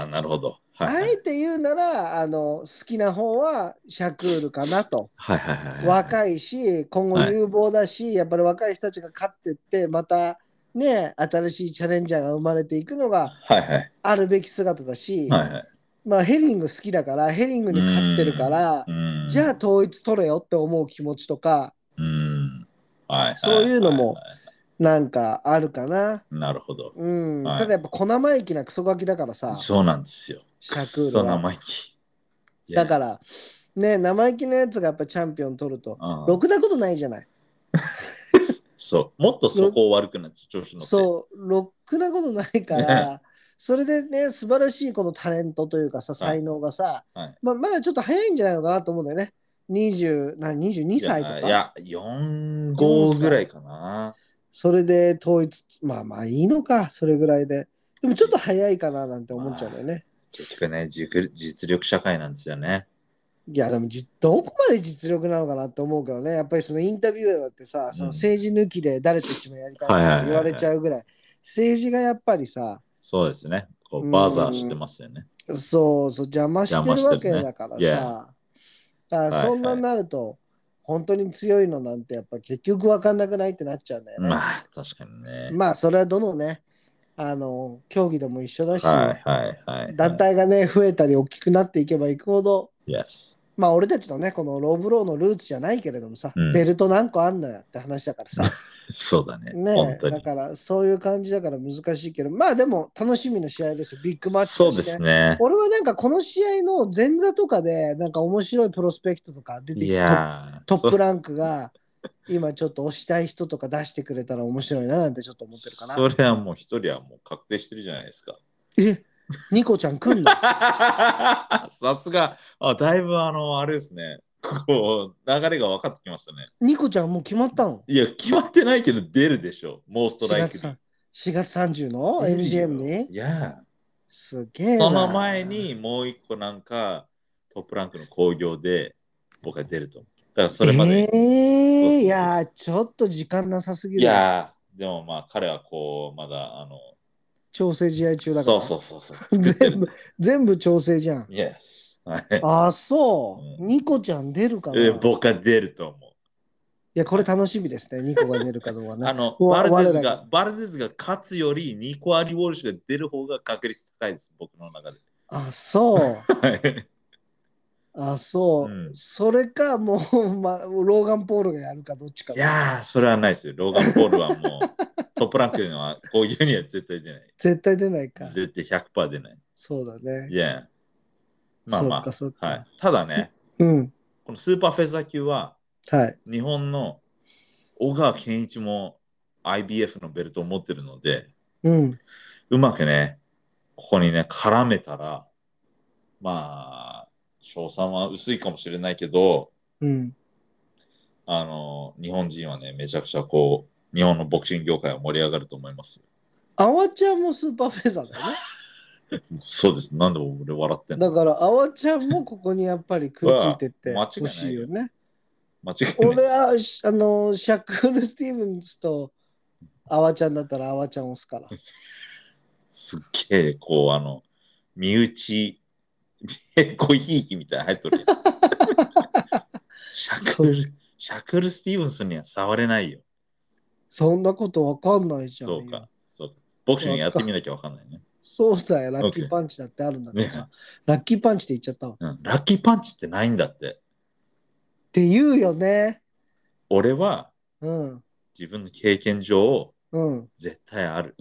ああ、なるほど。 はいはい、あえて言うならあの、好きな方はシャクールかなと。 はいはいはいはい、 若いし、今後有望だし、はい、やっぱり若い人たちが勝ってって、またね、新しいチャレンジャーが生まれていくのがあるべき姿だし、はいはい、まあ、ヘリング好きだから、ヘリングに勝ってるから、じゃあ統一取れよって思う気持ちとか、 うんはい、 そういうのもなんかあるかな。 なるほど。 うん、はい、ただやっぱ小生意気なクソガキだからさ。 そうなんですよ。 シャクールは。 クソ生意気。 だから、ね、生意気なやつがやっぱチャンピオン取ると、ろくなことないじゃない。 そう、もっとそこ悪くなって調子乗って。 そう、ろくなことないから、それでね、素晴らしいこのタレントというかさ、才能がさ、はいはい、まあ、まだちょっと早いんじゃないのかなと思うんだよね。にじゅう、なにじゅうにさいとか。 いや、よん、ごぐらいかな。 それで統一、まあまあいいのか、それぐらいで。でもちょっと早いかななんて思っちゃうんだよね。まあ、 結局ね、実力社会なんですよね。 いや、でもじ、どこまで実力なのかなって思うけどね、やっぱりそのインタビューだってさ、その政治抜きで誰と一番やりたいかって言われちゃうぐらい、政治がやっぱりさ、 そうですね、こうバザーしてますよね。 そうそう、邪魔してるわけだからさ、ね、だからそんなになると、はいはい、本当に強いのなんてやっぱ結局分かんなくないってなっちゃうんだよね。 まあ、確かにね。 まあ、それはどのね、あの、競技でも一緒だし、 はいはいはいはい、 団体がね、増えたり大きくなっていけばいくほど、 yes. まあ俺たちのね、このローブローのルーツじゃないけれどもさ、うん、ベルト何個あんのよって話だからさ。 そうだね。 ねえ、だからそういう感じだから難しいけど、まあでも楽しみな試合ですよ、ビッグマッチ、ね。 そうですね。 俺はなんかこの試合の前座とかで、なんか面白いプロスペクトとか出てきて、トップランクが今ちょっと推したい人とか出してくれたら面白いななんてちょっと思ってるかな。 それはもう一人はもう確定してるじゃないですか。 えニコちゃん来んのさすがあ、だいぶあの、あれですね。こう、流れが分かってきましたね。 ニコちゃんもう決まったの？ いや、決まってないけど出るでしょ。モーストライクに。 しがつさんじゅうの エムジーエム にいや。 すげえな。 その前にもう一個なんかトップランクの興行で僕は出ると思う。だからそれまで。 ええー、いや、ちょっと時間なさすぎる。 いや、でもまあ彼はこう、まだあの、 調整試合中だから。 そうそうそうそう。 全部、全部調整じゃん。 Yes。 ああ、そう。うん、ニコちゃん出るかな、 え僕は出ると思う。 や、これ楽しみですね。ニコが出るかどうかね。 あの、 わバルデズ我らが、バルデズが勝つより、ニコ・アリ・ウォルシュが出る方が確率高いです、僕の中で。 あ、そう。 はいあ、そう。 うんそれか、もう、ま、ローガン・ポールがやるかどっちかい。やー、それはないですよ。ローガン・ポールはもう、トップランクはこういうには絶対出ない。 絶対出ないか。 絶対ひゃくパーセント出ない。 そうだね。 いや、まあそっかまあ、 そっか。 はい。ただね、 うん。 このスーパーフェザー級は、 はい。 日本の小川健一も アイビーエフ のベルトを持ってるので、 うん。 うまくね、ここにね、絡めたら、まあ、賞賛は薄いかもしれないけど、 うん。 あの、日本人はね、めちゃくちゃこう、日本のボクシング業界は盛り上がると思いますよ。 アワちゃんもスーパーフェザーだよね。 そうです。なんで俺笑ってんのだから、アワちゃんもここにやっぱり食いついてって間違いほないよしいよね。 間違いないです。 俺は、しあの、シャックール・スティーブンスとアワちゃんだったらアワちゃん押すから。 すっげえ、こう、あの、身内、コーヒー機みたいなの入っとるやん。シャクル、シャクル・スティーブンスには触れないよ。 そんなことわかんないじゃんよ。 そうか、そうか。ボクシングやってみなきゃわかんないね。 そうだよ、ラッキーパンチだってあるんだけどさ。 ねラッキーパンチって言っちゃったわ。っうん、ラッキーパンチってないんだって。 て言うよね。 俺はうん。 自分の経験上、 うん。 絶対ある。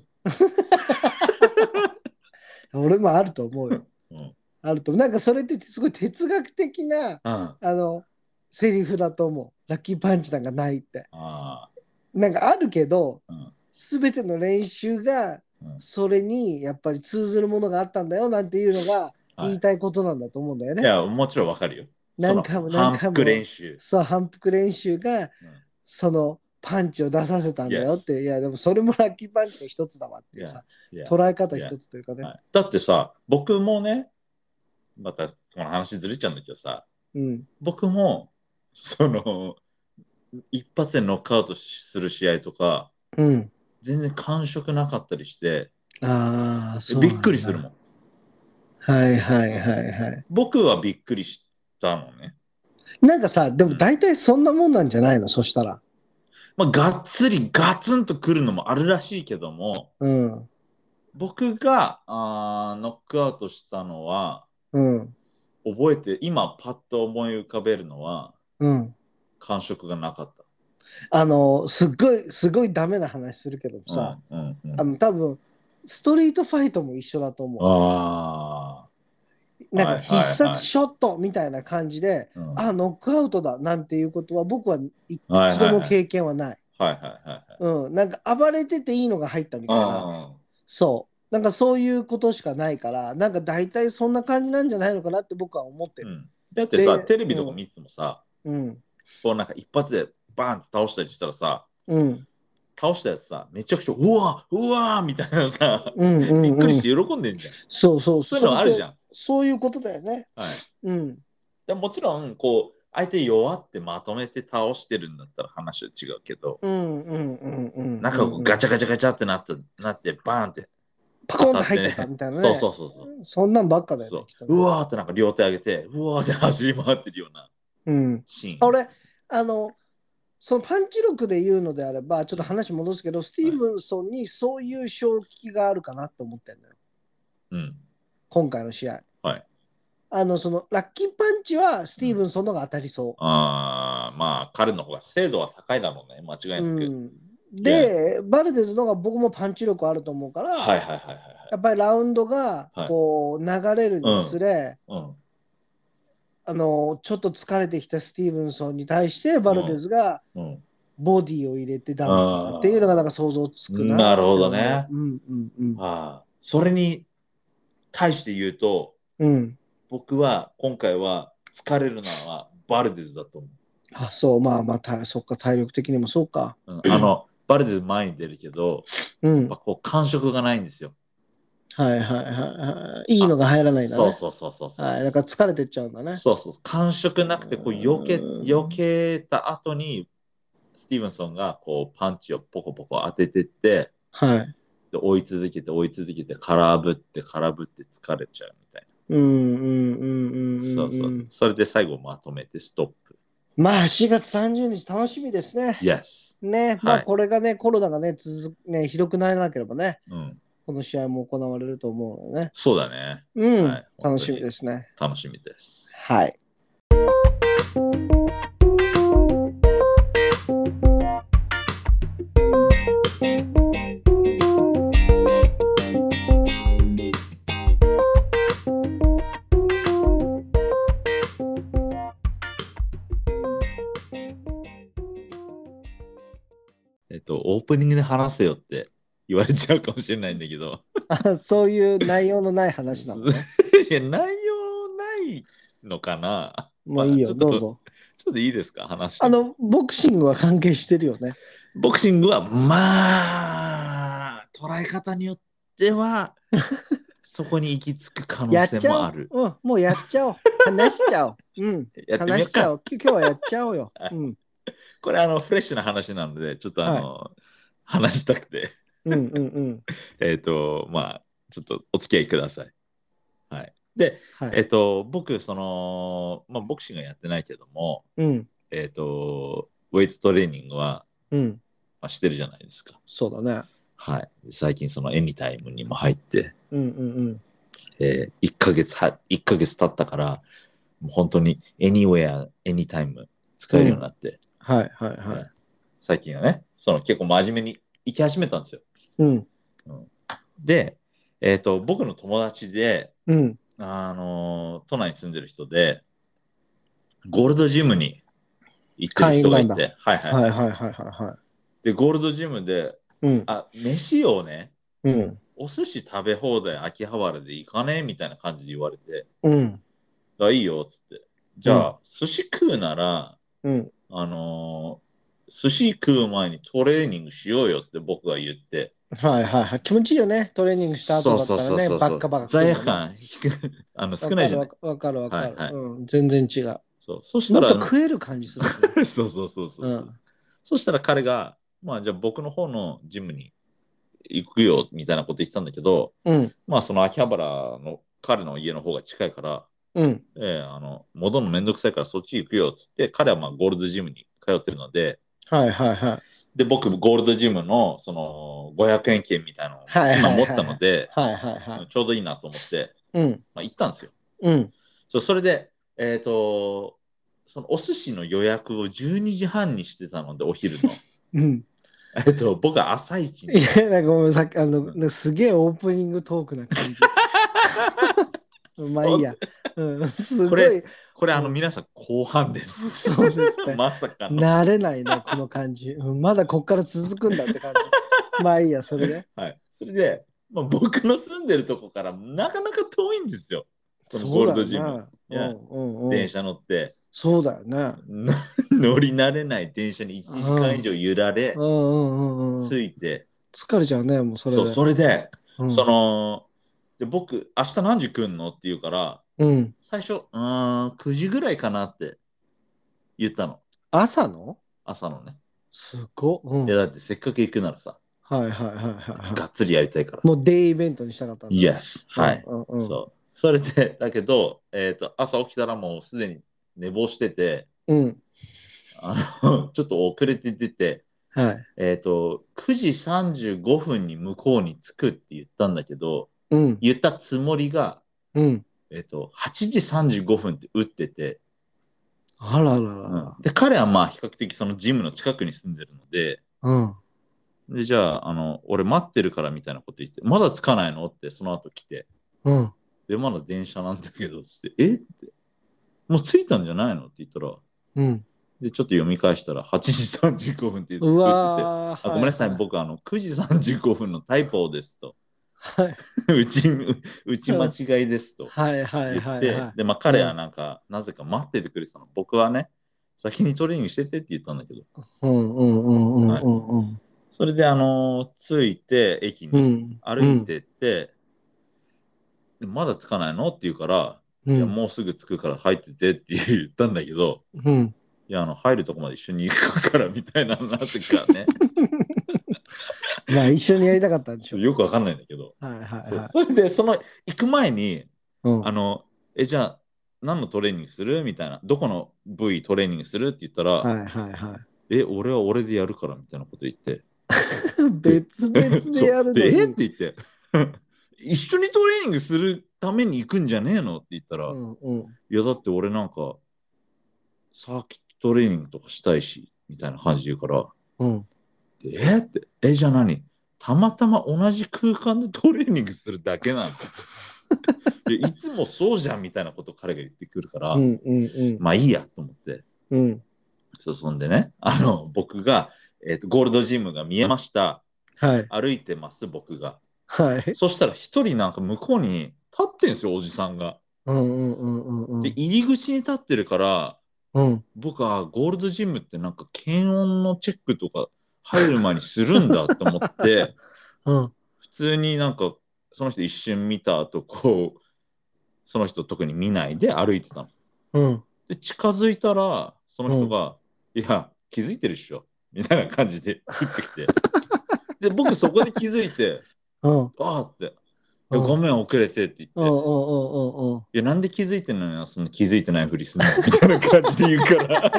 俺もあると思うよ。 うん。 あると思う。なんかそれってすごい哲学的な、 うん、ああの、セリフだと思う。ラッキーパンチなんかないって。 あ。 なんかあるけど、 うん。 すべての練習がうんそれにやっぱり通ずるものがあったんだよなんていうのがはい言いたいことなんだと思うんだよね。 いや、もちろんわかるよ。 何回もその反何回も復練習。 そう、反復練習がうんそのパンチを出させたんだよって、いや、でもそれもラッキーパンチの一つだわっていうさ、 いや捉え方一つというかね。 はいだってさ、僕もね、またこの話ずれちゃうんだけどさ、 うん。 僕も、その、一発でノックアウトする試合とか、 うん。 全然感触なかったりして、 ああ、そうなんだ。 びっくりするもん。 はいはいはいはい。 僕はびっくりしたのね。 なんかさ、でも大体そんなもんなんじゃないの、そしたら。 まあ、がっつりガツンとくるのもあるらしいけども、 うん。 僕があーノックアウトしたのは、 うん。 覚えて、今パッと思い浮かべるのは、 うん。 感触がなかった。 あの、すっごい、すごいダメな話するけどさ、 うんうんうん、 あの、多分、ストリートファイトも一緒だと思う。 あなんかはいはいはい必殺ショットみたいな感じで、 うんあ、ノックアウトだなんていうことは僕は一はいはいはい一度も経験はない。 はいはいはいはい。 うん。なんか暴れてていいのが入ったみたいな。 あそう。なんかそういうことしかないから、なんか大体そんな感じなんじゃないのかなって僕は思ってる。 うん、だってさ、 でテレビとか見ててもさ、 うん。 こうなんか一発でバーンって倒したりしたらさ、 うん。 倒したやつさ、めちゃくちゃ、うわうわみたいなさ、 うんうんうんびっくりして喜んでんじゃん。 そうそう。 そういうのあるじゃん。 そういうことだよね。 はい。 うん。 でもちろん、こう、相手弱ってまとめて倒してるんだったら話は違うけど、 うんうんうんうん。 なんかこうガチャガチャガチャってなったなって、バーンってパコンって入っちゃったみたいなね。 そうそうそうそう。 そんなんばっかだよね。 そうきっとねうわーってなんか両手上げて、うわーって走り回ってるようなうん。 シーン。 俺、あの、そのパンチ力で言うのであれば、ちょっと話戻すけど、スティーブンソンにそういう正気があるかなと思ってんのよ。 うん。 今回の試合。 はい。 あの、その、ラッキーパンチはスティーブンソンの方が当たりそう。 ああ、まあ、彼の方が精度は高いだろうね、間違いなく。 うん、で、バルデズの方が僕もパンチ力あると思うから、 はいはいはいはい。 やっぱりラウンドがはいこう流れるにつれ、 うん。 あのちょっと疲れてきたスティーブンソンに対してバルデズがうん。 ボディを入れてダウンとかっていうのがなんか想像つくなって思う。 なるほどねうんうんうん。 ああ、それに対して言うと、 うん。 僕は今回は疲れるのはバルデズだと思う。 あ、そう、まあまあ、たそっか、体力的にもそうか。 うん、あの、バルデズ前に出るけど、 うんやっぱ。こう感触がないんですよ。 はいはいはいはい。いいのが入らないんだね。 そうそうそうそうそう。 はい、だから疲れてっちゃうんだね。 そうそう。感触なくて、こう避け、避けた後に、スティーブンソンがこうパンチをポコポコ当ててって、 はい。 で追い続けて追い続けて空振って空振って疲れちゃうみたいうんうんうんうんうん。 な。そうそうそう。それで最後まとめてストップ。 まあしがつさんじゅうにち楽しみですね。 Yes。 ね、まあはいこれがね、コロナがね、続くね、ひどくならなければね、 うん。 この試合も行われると思うのでね。 そうだね。 うん、 はい。 楽しみですね。 楽しみです。 はい。 えっと、オープニングで話せよって言われちゃうかもしれないんだけど。 あ、そういう内容のない話なのね。 いや、内容ないのかな。 もういいよ、 まあ、ちょっとどうぞ。 ちょっといいですか、話して。 あの、ボクシングは関係してるよね。 ボクシングは、まあ、捉え方によっては、そこに行き着く可能性もある。 うん、もうやっちゃおう。話しちゃおう。うん。 やってみようか。 話しちゃおう。今日はやっちゃおうよ。うん。 これ、あの、フレッシュな話なので、ちょっとあの、はい、話したくて。 うんうんうん。 えっと、まあ、ちょっとお付き合いください。はい。で、はい、えっと、僕、その、まあ、ボクシングはやってないけども、 うん、 えっと、ウェイトトレーニングは、うんまあ、してるじゃないですか。 そうだね。 はい。最近、そのエニタイムにも入って、 うんうんうんえー、いっかげつは、いっかげつ経ったから、もう本当に anywhere, anytime 使えるようになって、 うん、はいはいはい、 えー。最近はね、その結構真面目に行き始めたんですよ。 うんうん、で、えっと、僕の友達で、 うん、 あのー、都内に住んでる人で、ゴールドジムに行ってる人がいて、 はいはいはいはいはいはい。 で、ゴールドジムで、 うん、 あ、飯をね、 うん、 お寿司食べ放題秋葉原で行かねみたいな感じで言われて、 うん、 あ、いいよっつって。じゃあ、うん、寿司食うなら、 うん、 あのー、寿司食う前にトレーニングしようよって僕が言って。 はいはいはい。気持ちいいよね。トレーニングした後だったらね、そうそうそうそうバッカバカ罪悪感あの少ないじゃない。 わかるわかるわかる、はいはい、うん。全然違う。 そう。そしたら。 もっと食える感じする、 ね。そうそうそうそう。うん、そしたら彼が、まあじゃあ僕の方のジムに行くよみたいなこと言ってたんだけど、 うん、 まあその秋葉原の彼の家の方が近いから、 うんえー、あの戻るのめんどくさいからそっち行くよっつって、彼はまあゴールドジムに通ってるので、 はいはいはい。 で、僕、ゴールドジムのそのごひゃくえん券みたいなのを今持ったので、ちょうどいいなと思って、 うんまあ、行ったんですよ。 うん、 そ, それで、えっ、ー、と、そのお寿司の予約をじゅうにじはんにしてたので、お昼の。 うんえっと、僕は朝一に。 いや、なんかごめんさっき、あの、うん、すげえオープニングトークな感じ。まあいいや。うん、すごい。 これ、これあの、皆さん後半です。 そうですね。 まさかの。 慣れないね、この感じ。うん、まだこっから続くんだって感じ。まあいいや、それで。 はい。それで、まあ、僕の住んでるとこからなかなか遠いんですよ。そのゴールドジム。電車乗って。 そうだよね。 乗り慣れない電車にいちじかん以上揺られ、ついて。 疲れちゃうね、もうそれで。 そう、それで、うん、その、で僕、明日何時来んのって言うから、 うん、 最初、うーん、くじぐらいかなって言ったの。 朝の朝のね。 すごっ。うん、 いや、だってせっかく行くならさ。 はいはいはいはい。 がっつりやりたいから。 もうデイイベントにしたかったんだ。 Yes。はい、 うんうんうん。 そう。それで、だけど、えっと、朝起きたらもうすでに寝坊してて、 うん、 あのちょっと遅れて出て、 はい、 えっと、くじさんじゅうごふんに向こうに着くって言ったんだけど、 うん、 言ったつもりが、 うん、 えっと、はちじさんじゅうごふんって打ってて、 あららら、 うん、で、彼はまあ比較的そのジムの近くに住んでるので、 うん、 で、じゃあ、あの、俺待ってるからみたいなこと言って、まだ着かないのってその後来て、 うん、 で、まだ電車なんだけど、つって、えって、もう着いたんじゃないのって言ったら、 うん、 で、ちょっと読み返したらはちじさんじゅうごふんって言ってて、 うわあ、ごめんなさい、はいはい、僕あのくじさんじゅうごふんのタイプですと。 はい、 うち、うち間違いですと言って、 はいはいはいはい、 で、まあ彼はなんか、うん、なぜか待っててくれてたの。僕はね、先にトレーニングしててって言ったんだけど。 うんうんうんうんうん、うん、 それで、あのー、着いて、駅に歩いてって、うん、まだ着かないのって言うから、うん、いや、もうすぐ着くから入っててって言ったんだけど、 うん、 いや、あの、入るとこまで一緒に行くからみたいな、なぜかね。 まあ、一緒にやりたかったんでしょ。 よくわかんないんだけど。 はいはいはい。 そ, それで、その、行く前に、うん、あの、え、じゃあ、 何のトレーニングするみたいな、どこの部位トレーニングするって言ったら、 はいはいはい。 え、俺は俺でやるからみたいなこと言って。 別々でやるのに。 えって言って。一緒にトレーニングするために行くんじゃねえのって言ったら、 うんうん、 いやだって俺なんかサーキットトレーニングとかしたいしみたいな感じで言うから、 うん、 えって、えじゃあ何たまたま同じ空間でトレーニングするだけなんだいいつもそうじゃんみたいなことを彼が言ってくるから、 うんうんうん、 まあいいやと思って、 うん、 そうそんでね、あの僕が、えーと、ゴールドジムが見えました、 はい、 歩いてます僕が、 はい、 そしたら一人なんか向こうに立ってんすよおじさんが、 うんうんうんうんうん、 で入り口に立ってるから、 うん、 僕はゴールドジムってなんか検温のチェックとか入る前にするんだって思って、 うん、 普通になんかその人一瞬見た後こうその人特に見ないで歩いてたの。 うん、 で近づいたらその人が、 うん、 いや気づいてるっしょみたいな感じで言ってきてで僕そこで気づいて、 うん、 ああって、いうん、 やごめん遅れてって言って、 うんうんうんうん、 いやなんで気づいてんのよそんな気づいてないふりすんのみたいな感じで言うから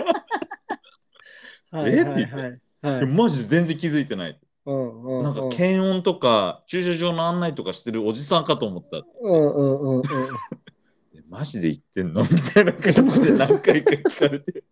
えって言って、はい、マジで全然気づいてない。 うんうんうん、 なんか検温とか駐車場の案内とかしてるおじさんかと思った。 うんうんうんうん、 マジで言ってんのみたいな感じで何回か聞かれて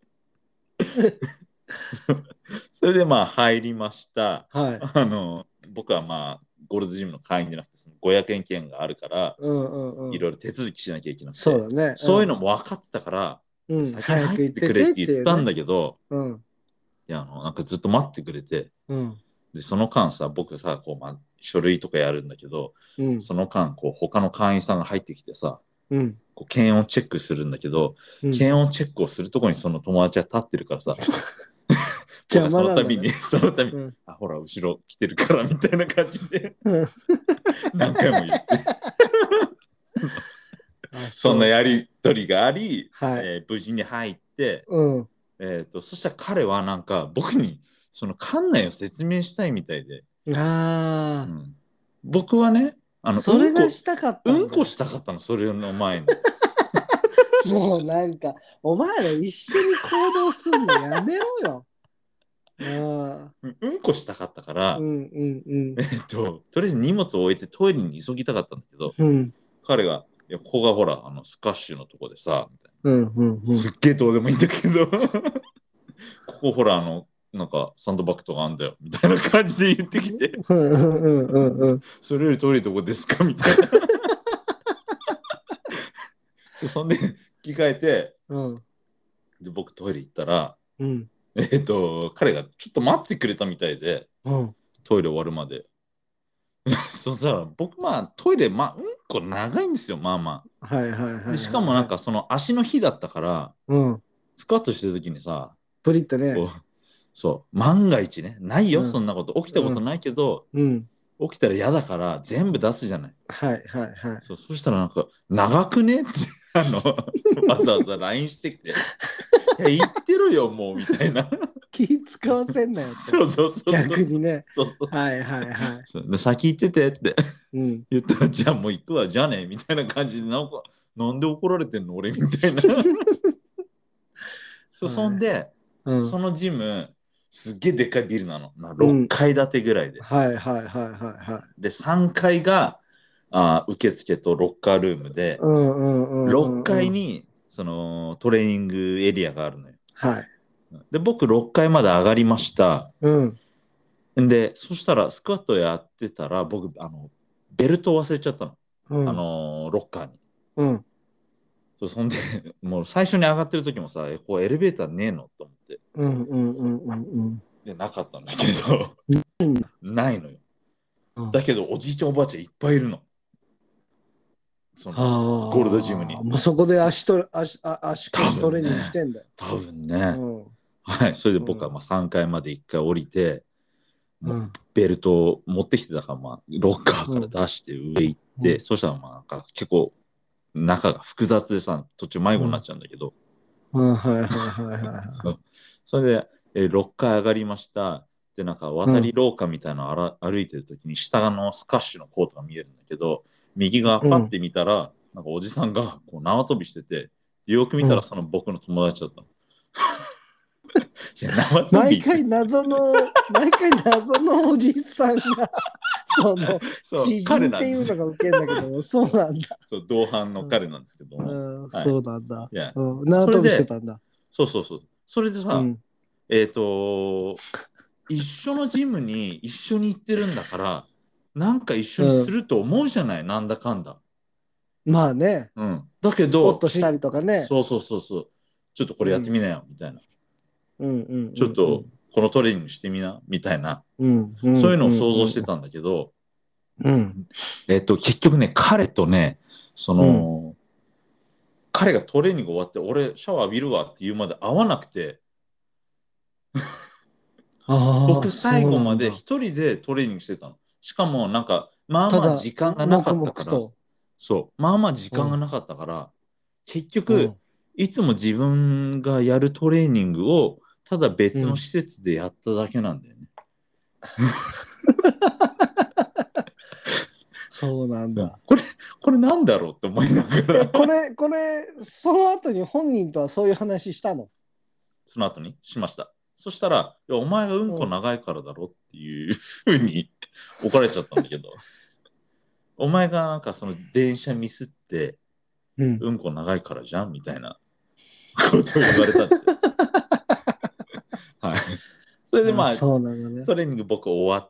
それでまあ入りました、はい、あの僕はまあゴールドジムの会員じゃなくてそのごひゃくえん券があるから、うんうんうん、いろいろ手続きしなきゃいけなくて、そうだね、うん、そういうのも分かってたから、うん、先に入ってくれって言ったんだけど、うん、いやあのなんかずっと待ってくれて、うん、でその間さ僕さこう、まあ、書類とかやるんだけど、うん、その間こう他の会員さんが入ってきてさ、うん、こう検温チェックするんだけど、うん、検温チェックをするとこにその友達は立ってるからさじゃあその度にその度に、うん、あほら後ろ来てるからみたいな感じで、うん、何回も言ってそんなやり取りがあり、はい、えー、無事に入って、うん、えーと、そしたら彼はなんか僕にその館内を説明したいみたいで、あ、うん、僕はねあのそれがしたかったんだ、うんこしたかったのそれの前にもうなんかお前ら一緒に行動するのやめろよあ、うんこしたかったから、うんうんうん、えっととりあえず荷物を置いてトイレに急ぎたかったんだけど、うん、彼がいやここがほらあのスカッシュのとこでさみたいな、うんうんうん、すっげえどうでもいいんだけどここほらあのなんかサンドバッグとかあんだよみたいな感じで言ってきてそれよりトイレどこですかみたいなそんで着替えて、うん、で僕トイレ行ったら、うん、えっと彼がちょっと待ってくれたみたいで、うん、トイレ終わるまでそしたら僕まあトイレまあうんこ長いんですよまあまあ、はいはいはいはいはい、でしかもなんかその足の日だったから、うん、スクワットしてる時にさプリッとねそう万が一ねないよ、うん、そんなこと起きたことないけど、うん、起きたら嫌だから全部出すじゃない、はいはいはい、そうそしたらなんか長くねってあのわざわざ ライン してきていや言ってるよもうみたいな気使わせんなよそうそうそう逆にねそうそうはいはいはいそうで先行っててって、うん、言ったらじゃあもう行くわじゃあねみたいな感じでなんかなんで怒られてんの俺みたいなそう、そんで、うん、そのジムすっげえでっかいビルなの、まあ、ろっかい建てぐらいで、うん、はいはいはいはいはいでさんかいがあ受付とロッカールームで、うんうんうんうん、ろっかいにそのトレーニングエリアがあるのよ、はい、で僕ろっかいまで上がりました、うん、でそしたらスクワットやってたら僕あのベルト忘れちゃったの、うん、あのロッカーに、うん、そうそんでもう最初に上がってる時もさえこうエレベーターねえのと思って、うんうんうんうんうん、でなかったんだけどないのよ、うん、だけどおじいちゃんおばあちゃんいっぱいいるのそのゴールドジムに、 もうそこで足と足足腰トレーニングしてんだよ多分ね、多分ね、うん、はい、それで僕はまあさんかいまでいっかい降りて、うん、もうベルトを持ってきてたから、まあ、ロッカーから出して上行って、うん、そしたらまあなんか結構中が複雑でさ途中迷子になっちゃうんだけど、うんうん、はいはいはいはいそれで、えー、ろっかい上がりましたでなんか渡り廊下みたいなのを歩いてる時に下のスカッシュのコートが見えるんだけど右側パッて見たら、うん、なんかおじさんがこう縄跳びしててよく見たらその僕の友達だったの。いや縄跳び毎回謎の毎回謎のおじさんがそのそう知人っていうのがウケんだけど、そうなんだ。 そう同伴の彼なんですけども、 うんはいそうなんだ。 いやうん縄跳びしてたんだ。 そうそうそう。それでさ、 うんえっ、と一緒のジムに一緒に行ってるんだからなんか一緒にすると思うじゃない、なんだかんだ。 まあね、 うん、だけスどポットしたりとかね。 そうそうそうそう。ちょっとこれやってみなよ、みたいな。 うんうんうんうんちょっとこのトレーニングしてみなみたいな、 うんうんそういうのを想像してたんだけど、 うんえっ、と結局ね彼とねその、 う彼がトレーニング終わって俺シャワー浴びるわって言うまで会わなくて、 あ僕あ最後までそう一人でトレーニングしてたの。しかもなんかまあなんだ。ただまあ時間がなかったから、 黙々と。 そうまあまあ時間がなかったから、結局、 うんいつも自分がやるトレーニングをただ別うんの施設でやっただけなんだよね。 そうなんだ。 これこれなんだろうって思いながらえこれこれその後に本人とはそういう話したの？ その後にしました。そしたら、いやお前がうんこ長いからだろっていうふうに怒られちゃったんだけど、お前がなんかその電車ミスって、 うんうんこ長いからじゃんみたいなことを言われたんですよ。はい。それでまあ、 そうなんだね。 トレーニング僕終わって、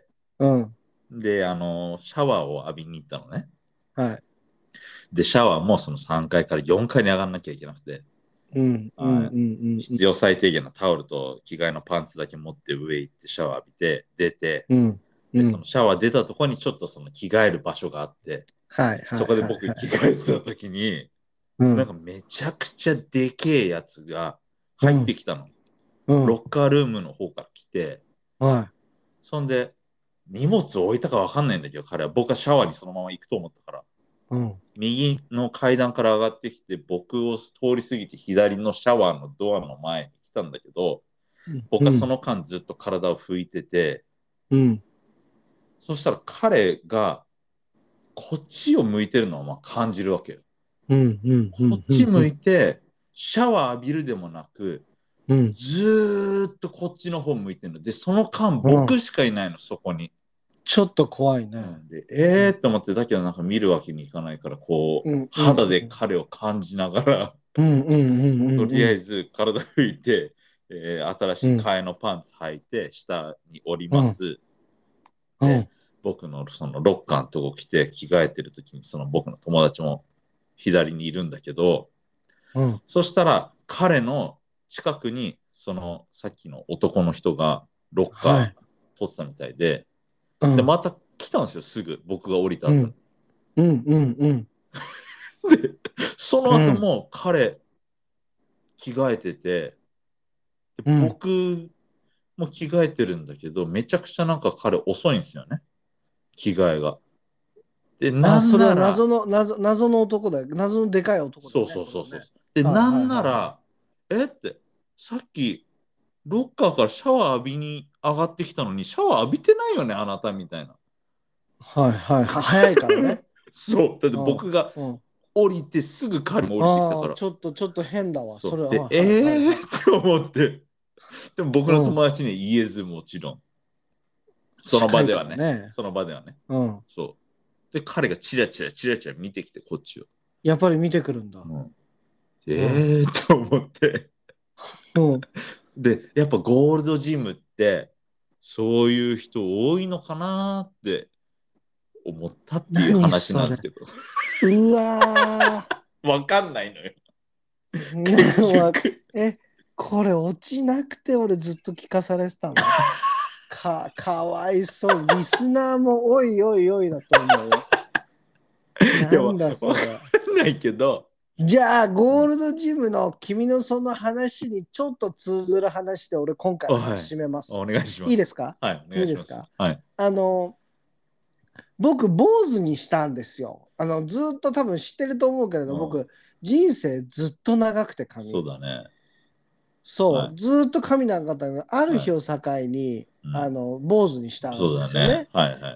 うんで、あの、シャワーを浴びに行ったのね。 はい。 で、シャワーもそのさんかいからよんかいに上がんなきゃいけなくて、 うんうんうんうん必要最低限のタオルと着替えのパンツだけ持って上行ってシャワー浴びて、出て、 うんうんでそのシャワー出たところにちょっとその着替える場所があって、 はいはいそこで僕着替えてた時に、 うんなんかめちゃくちゃでけえやつが入ってきたの。 うんロッカールームの方から来て、 はそんで荷物を置いたかわかんないんだけど、彼は僕はシャワーにそのまま行くと思ったから、 いうん右の階段から上がってきて、僕を通り過ぎて左のシャワーのドアの前に来たんだけど、僕はその間ずっと体を拭いてて、 うんそしたら彼がこっちを向いてるのをまあ感じるわけよ。 うんうんこっち向いてシャワー浴びるでもなく、 うんずーっとこっちの方向いてるので、その間僕しかいないの、そこに。 ちょっと怖いね。 でえーって思って、だけどなんか見るわけにいかないから、こう、 うん肌で彼を感じながら、 うんうんうんうんとりあえずず体拭いて、えー新しい替えのパンツ履いて下に降ります。 うんで僕のそのロッカーのとこ来て着替えてる時に、その僕の友達も左にいるんだけど、 うんそしたら彼の近くにそのさっきの男の人がロッカーはい取ってたみたいで、 うんでまた来たんですよ、すぐ僕が降りた後に。 うんうんうんでその後も彼着替えてて、でうん僕も着替えてるんだけど、めちゃくちゃなんか彼遅いんですよね、着替えが。で、なあ、それはんなら、 謎の謎謎の男だよ。謎のでかい男だそうよね。 そうそうそう。 こで、 れねはいなんなはいはら、えって、さっきロッカーからシャワー浴びに上がってきたのに、シャワー浴びてないよね、あなたみたいな。 はいはいはい早いからね。 そう、だって僕がうん降りてすぐ彼も降りてきたあから。 あちょっとちょっと変だわ。 そそうれは。 で、 はいはいはいえーって思って。でも僕の友達には言えず、もちろん。その場ではね。 近いからねその場ではね。 うん。 そう。で、彼がチラチラチラチラ見てきて、こっちを。 やっぱり見てくるんだ。 うん、でえーと思って。 うん。 で、やっぱゴールドジムって、そういう人多いのかなって思ったっていう話なんですけど。 うわわかんないのよ。 ー。わえ、これ落ちなくて俺ずっと聞かされてたの。か、かわいそう。リスナーもおいおいおいだと思うよ。なんだそれ。 わかんないけど。 じゃあ、ゴールドジムの君のその話にちょっと通ずる話で俺今回の話締めます。 お願いします。 いいですか？ はい、お願いします。 いいですか？ はい。 あの、僕、坊主にしたんですよ。あの、ずっと多分知ってると思うけれど、 うん僕、人生ずっと長くて髪。 そうだね。 そう、 はいずっと髪長かったのが、ある日を境に、 うんあの、坊主にしたんそうだですよね。 ね。はいはい。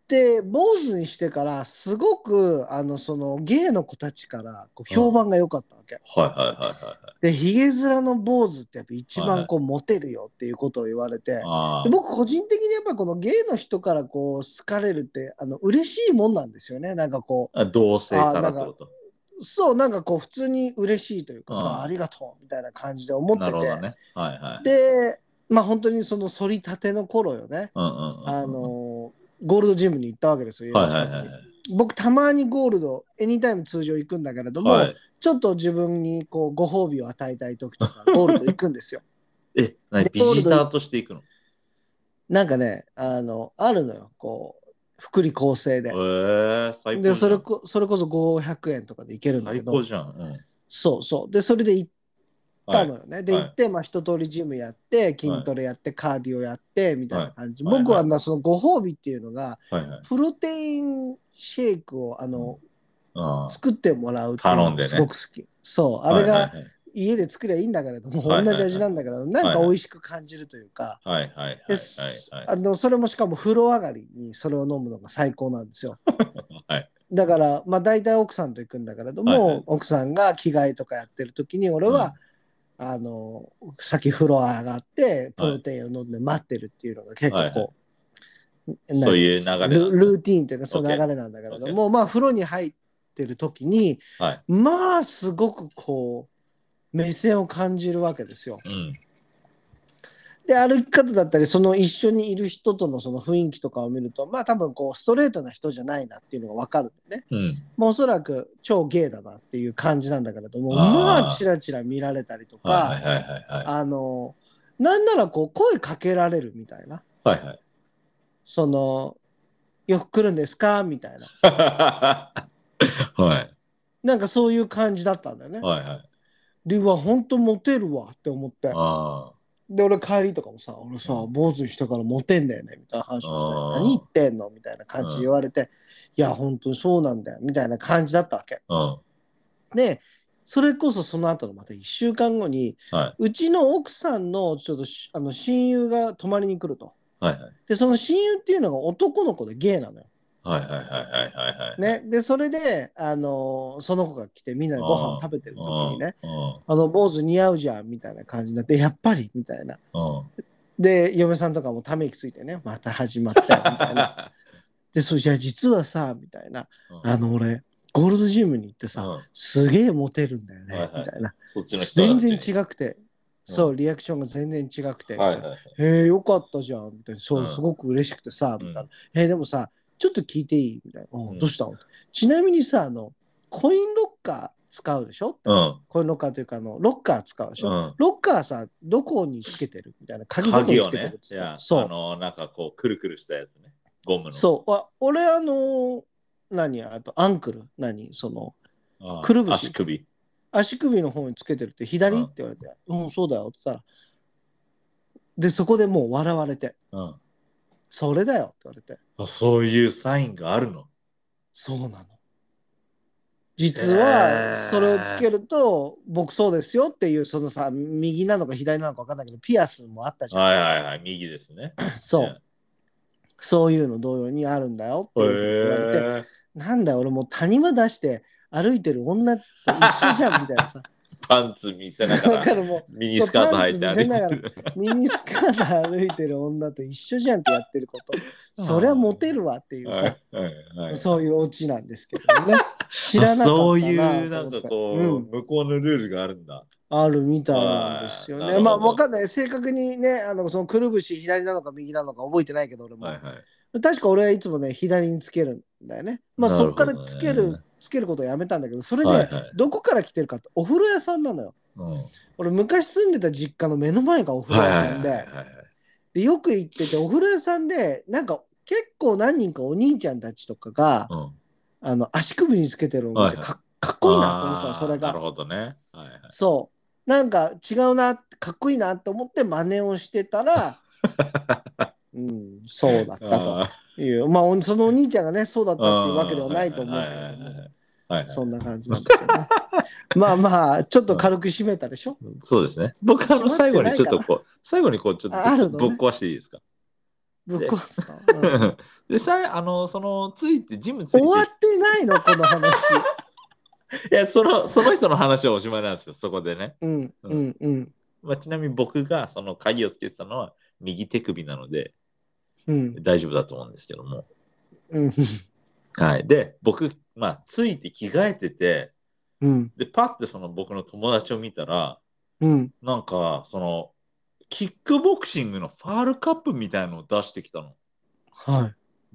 で坊主にしてからすごくあのそのゲイの子たちからこう評判が良かったわけ。 はいはいはいはいはい。 でヒゲ面の坊主ってやっぱ一はいはい番こうモテるよっていうことを言われて、 あで僕個人的にやっぱりこのゲイの人からこう好かれるってあの嬉しいもんなんですよね。なんかこうあ同性からってこと。 そうなんかこう普通に嬉しいというかさ、 うんありがとうみたいな感じで思ってて、 なるほどね。はいはい。 でまあ本当にその反りたての頃よね、 うんうんうんうん、 あのゴールドジムに行ったわけですよ。 はいはいはいはい。 僕たまにゴールドエニタイム通常行くんだけれども、はい、ちょっと自分にこうご褒美を与えたい時とかゴールド行くんですよ。 え、何ビジターとして行くの？ なんかねあのあるのよこう福利厚生で。 えー、最高じゃん。 でそれこそれこそごひゃくえんとかで行けるんだけど。 最高じゃん。うん、 そうそうでそれで行ったのよね。はい、で行って、まあ一通りジムやって筋トレやって、はい、カーディオやってみたいな感じ。はい、僕はなそのご褒美っていうのが、はいはい、プロテインシェイクをあの、うん、作ってもらうっていうのがすごく好き。ね、そうあれが家で作りゃいいんだけれども、はいはいはい、同じ味なんだけど、はいはい、なんか美味しく感じるというか、はいはいはい、あのそれもしかも風呂上がりにそれを飲むのが最高なんですよ。はい、だからまあ大体奥さんと行くんだけれども、はいはい、奥さんが着替えとかやってる時に俺は、うんあの先風呂上がってプロテインを飲んで待ってるっていうのが結構こう、はいはい、そういう流れ ル, ルーティーンというかそういう流れなんだけれども、まあ風呂に入ってる時に、はい、まあすごくこう目線を感じるわけですよ。うんで歩き方だったりその一緒にいる人とのその雰囲気とかを見るとまあ多分こうストレートな人じゃないなっていうのが分かるんでね、うん、まあおそらく超ゲイだなっていう感じなんだけれどもまあチラチラ見られたりとかあのなんならこう声かけられるみたいな、はいはい、そのよく来るんですかみたいな、はい、なんかそういう感じだったんだよね。はいはい、でうわ本当モテるわって思って。あで俺帰りとかもさ俺さ坊主してからモテんだよねみたいな話をして何言ってんのみたいな感じで言われていや本当にそうなんだよみたいな感じだったわけ。でそれこそその後のまたいっしゅうかんごに、はい、うちの奥さんのちょっとあの親友が泊まりに来ると、はいはい、でその親友っていうのが男の子でゲイなのよ。はいはいはいはいはい。ね、でそれで、あのー、その子が来てみんなでご飯食べてる時にね「あの坊主似合うじゃん」みたいな感じになって「やっぱり」みたいな。で嫁さんとかもため息ついてねまた始まったよみたいな。でそうじゃあ実はさみたいなあの俺ゴールドジムに行ってさすげえモテるんだよねみたいな。全然違くて。そうリアクションが全然違くて「へえよかったじゃん」みたいな「そうすごく嬉しくてさ」みたいな「えでもさちょっと聞いていい?」みたいな「うん、どうしたの?」ちなみにさあのコインロッカー使うでしょ、うん、コインロッカーというかあのロッカー使うでしょ、うん、ロッカーさどこにつけてるみたいな鍵どこにつけてるって言ったら、そうあのなんかこうくるくるしたやつねゴムのそうあ俺あの何あとアンクル何そのくるぶし足首足首の方につけてるって左、うん、って言われて「うんそうだよ」って言ったらでそこでもう笑われて「うん、それだよ」って言われてあそういうサインがあるのそうなの実はそれをつけると僕そうですよっていうそのさ右なのか左なのか分かんないけどピアスもあったじゃんはいはいはい右ですねそうそういうの同様にあるんだよって言われてなんだよ俺もう谷間出して歩いてる女と一緒じゃんみたいなさパンツ見せながらミニスカート履いて歩いてるミニスカート歩いてる女と一緒じゃんってやってることそりゃモテるわっていうさそういうオチなんですけどね知らなかったなそういうなんかこう、うん、向こうのルールがあるんだあるみたいなんですよねまあ分かんない正確にねあのそのくるぶし左なのか右なのか覚えてないけど俺も、はいはい、確か俺はいつもね左につけるんだよねまあそこからつけるつけることをやめたんだけどそれでどこから来てるかってお風呂屋さんなのよ、うん、俺昔住んでた実家の目の前がお風呂屋さんで、でよく行っててお風呂屋さんでなんか結構何人かお兄ちゃんたちとかが、うん、あの足首につけてるのを見て か,、はいはい、かっこいいなと思ってたそれがなるほどね、はいはい、そうなんか違うなかっこいいなと思って真似をしてたらうん、そうだったというまあそのお兄ちゃんがねそうだったっていうわけではないと思うけれどもそんな感じなんですよねまあまあちょっと軽く締めたでしょ、うん、そうですね僕あの最後にちょっとこう最後にこうちょっとぶっ壊していいですかぶっ壊すの、うん、 でさあのそのついてジムついて終わってないのこの話。 いやそのその人の話はおしまいなんですよそこでね。 うんうんうん。 まあ、ちなみに僕がその鍵をつけてたのは右手首なので、 うん、 大丈夫だと思うんですけども。 うん、 はい。で、僕、まあ、ついて着替えてて、 うん、 で、パッてその僕の友達を見たら、 うん、 なんか、その、キックボクシングのファールカップみたいのを出してきたの。 はい。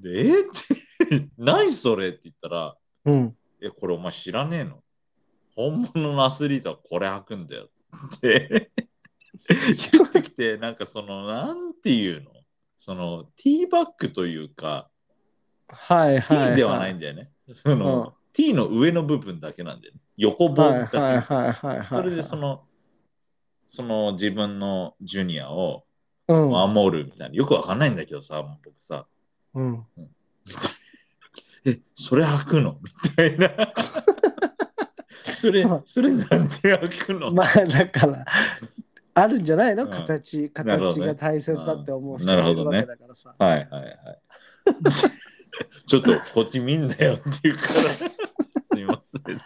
で、えって何それって言ったら、 うん、 え、これお前知らねえの？本物のアスリートはこれ履くんだよって言ってきて、なんかその、なんていうのその、ティーバッグというか、 はいはい、 T ではないんだよね。その、 うん、 T の上の部分だけなんだよね。横棒はいだけ。 はいはいはいはい。 それでその、その自分のジュニアをうん、 守るみたいな。よくわかんないんだけどさ、僕さ。 うん。 え、それ履くのみたいな。それ、それなんで履くの？ まあだから、あるんじゃないの、 うん、 形、 なるほどね、 形が大切だって思う人なるほがいるわけどね。 だからさ。 はいはいはい。ちょっとこっち見んなよって言うから、すみませんって。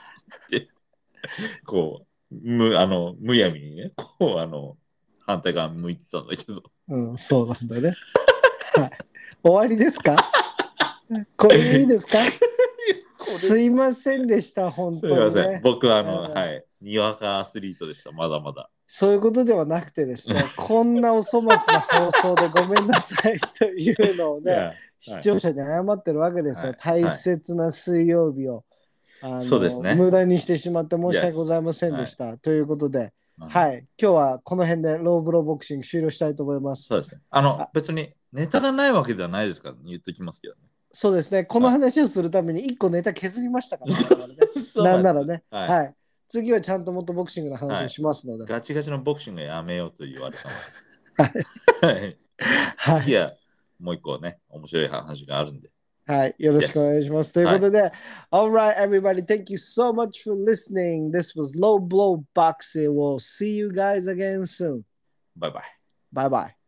こう、む、あの、むやみにね、こう、あの、反対側向いてたんだけど。 うん、そうなんだね。はい。終わりですか？これでいいですか？すいませんでした、本当に、ね。 すいません。僕はあの、 うん、 はい、にわかアスリートでした、まだまだ。 そういうことではなくてですね、こんなお粗末な放送でごめんなさいというのをね、視聴者に謝ってるわけですよ。はい、大切な水曜日を。あのそうですね、無駄にしてしまって申し訳ございませんでした。Yes. ということで、はい、今日はこの辺でローブローボクシング終了したいと思います。 そうですね。あの、あ別にネタがないわけではないですから、言ってきますけどね。 そうですね。この話をするためにいっこネタ削りましたからね。なんならね。はい、はい。次はちゃんともっとボクシングの話をしますので。 はい、ガチガチのボクシングやめようと言われたので。 はい。次はもう一個ね、面白い話があるんで。 はい、よろしくお願いします。Yes. ということで、はい、Alright, everybody, thank you so much for listening. This was Low Blow Boxing. We'll see you guys again soon. Bye bye. Bye bye.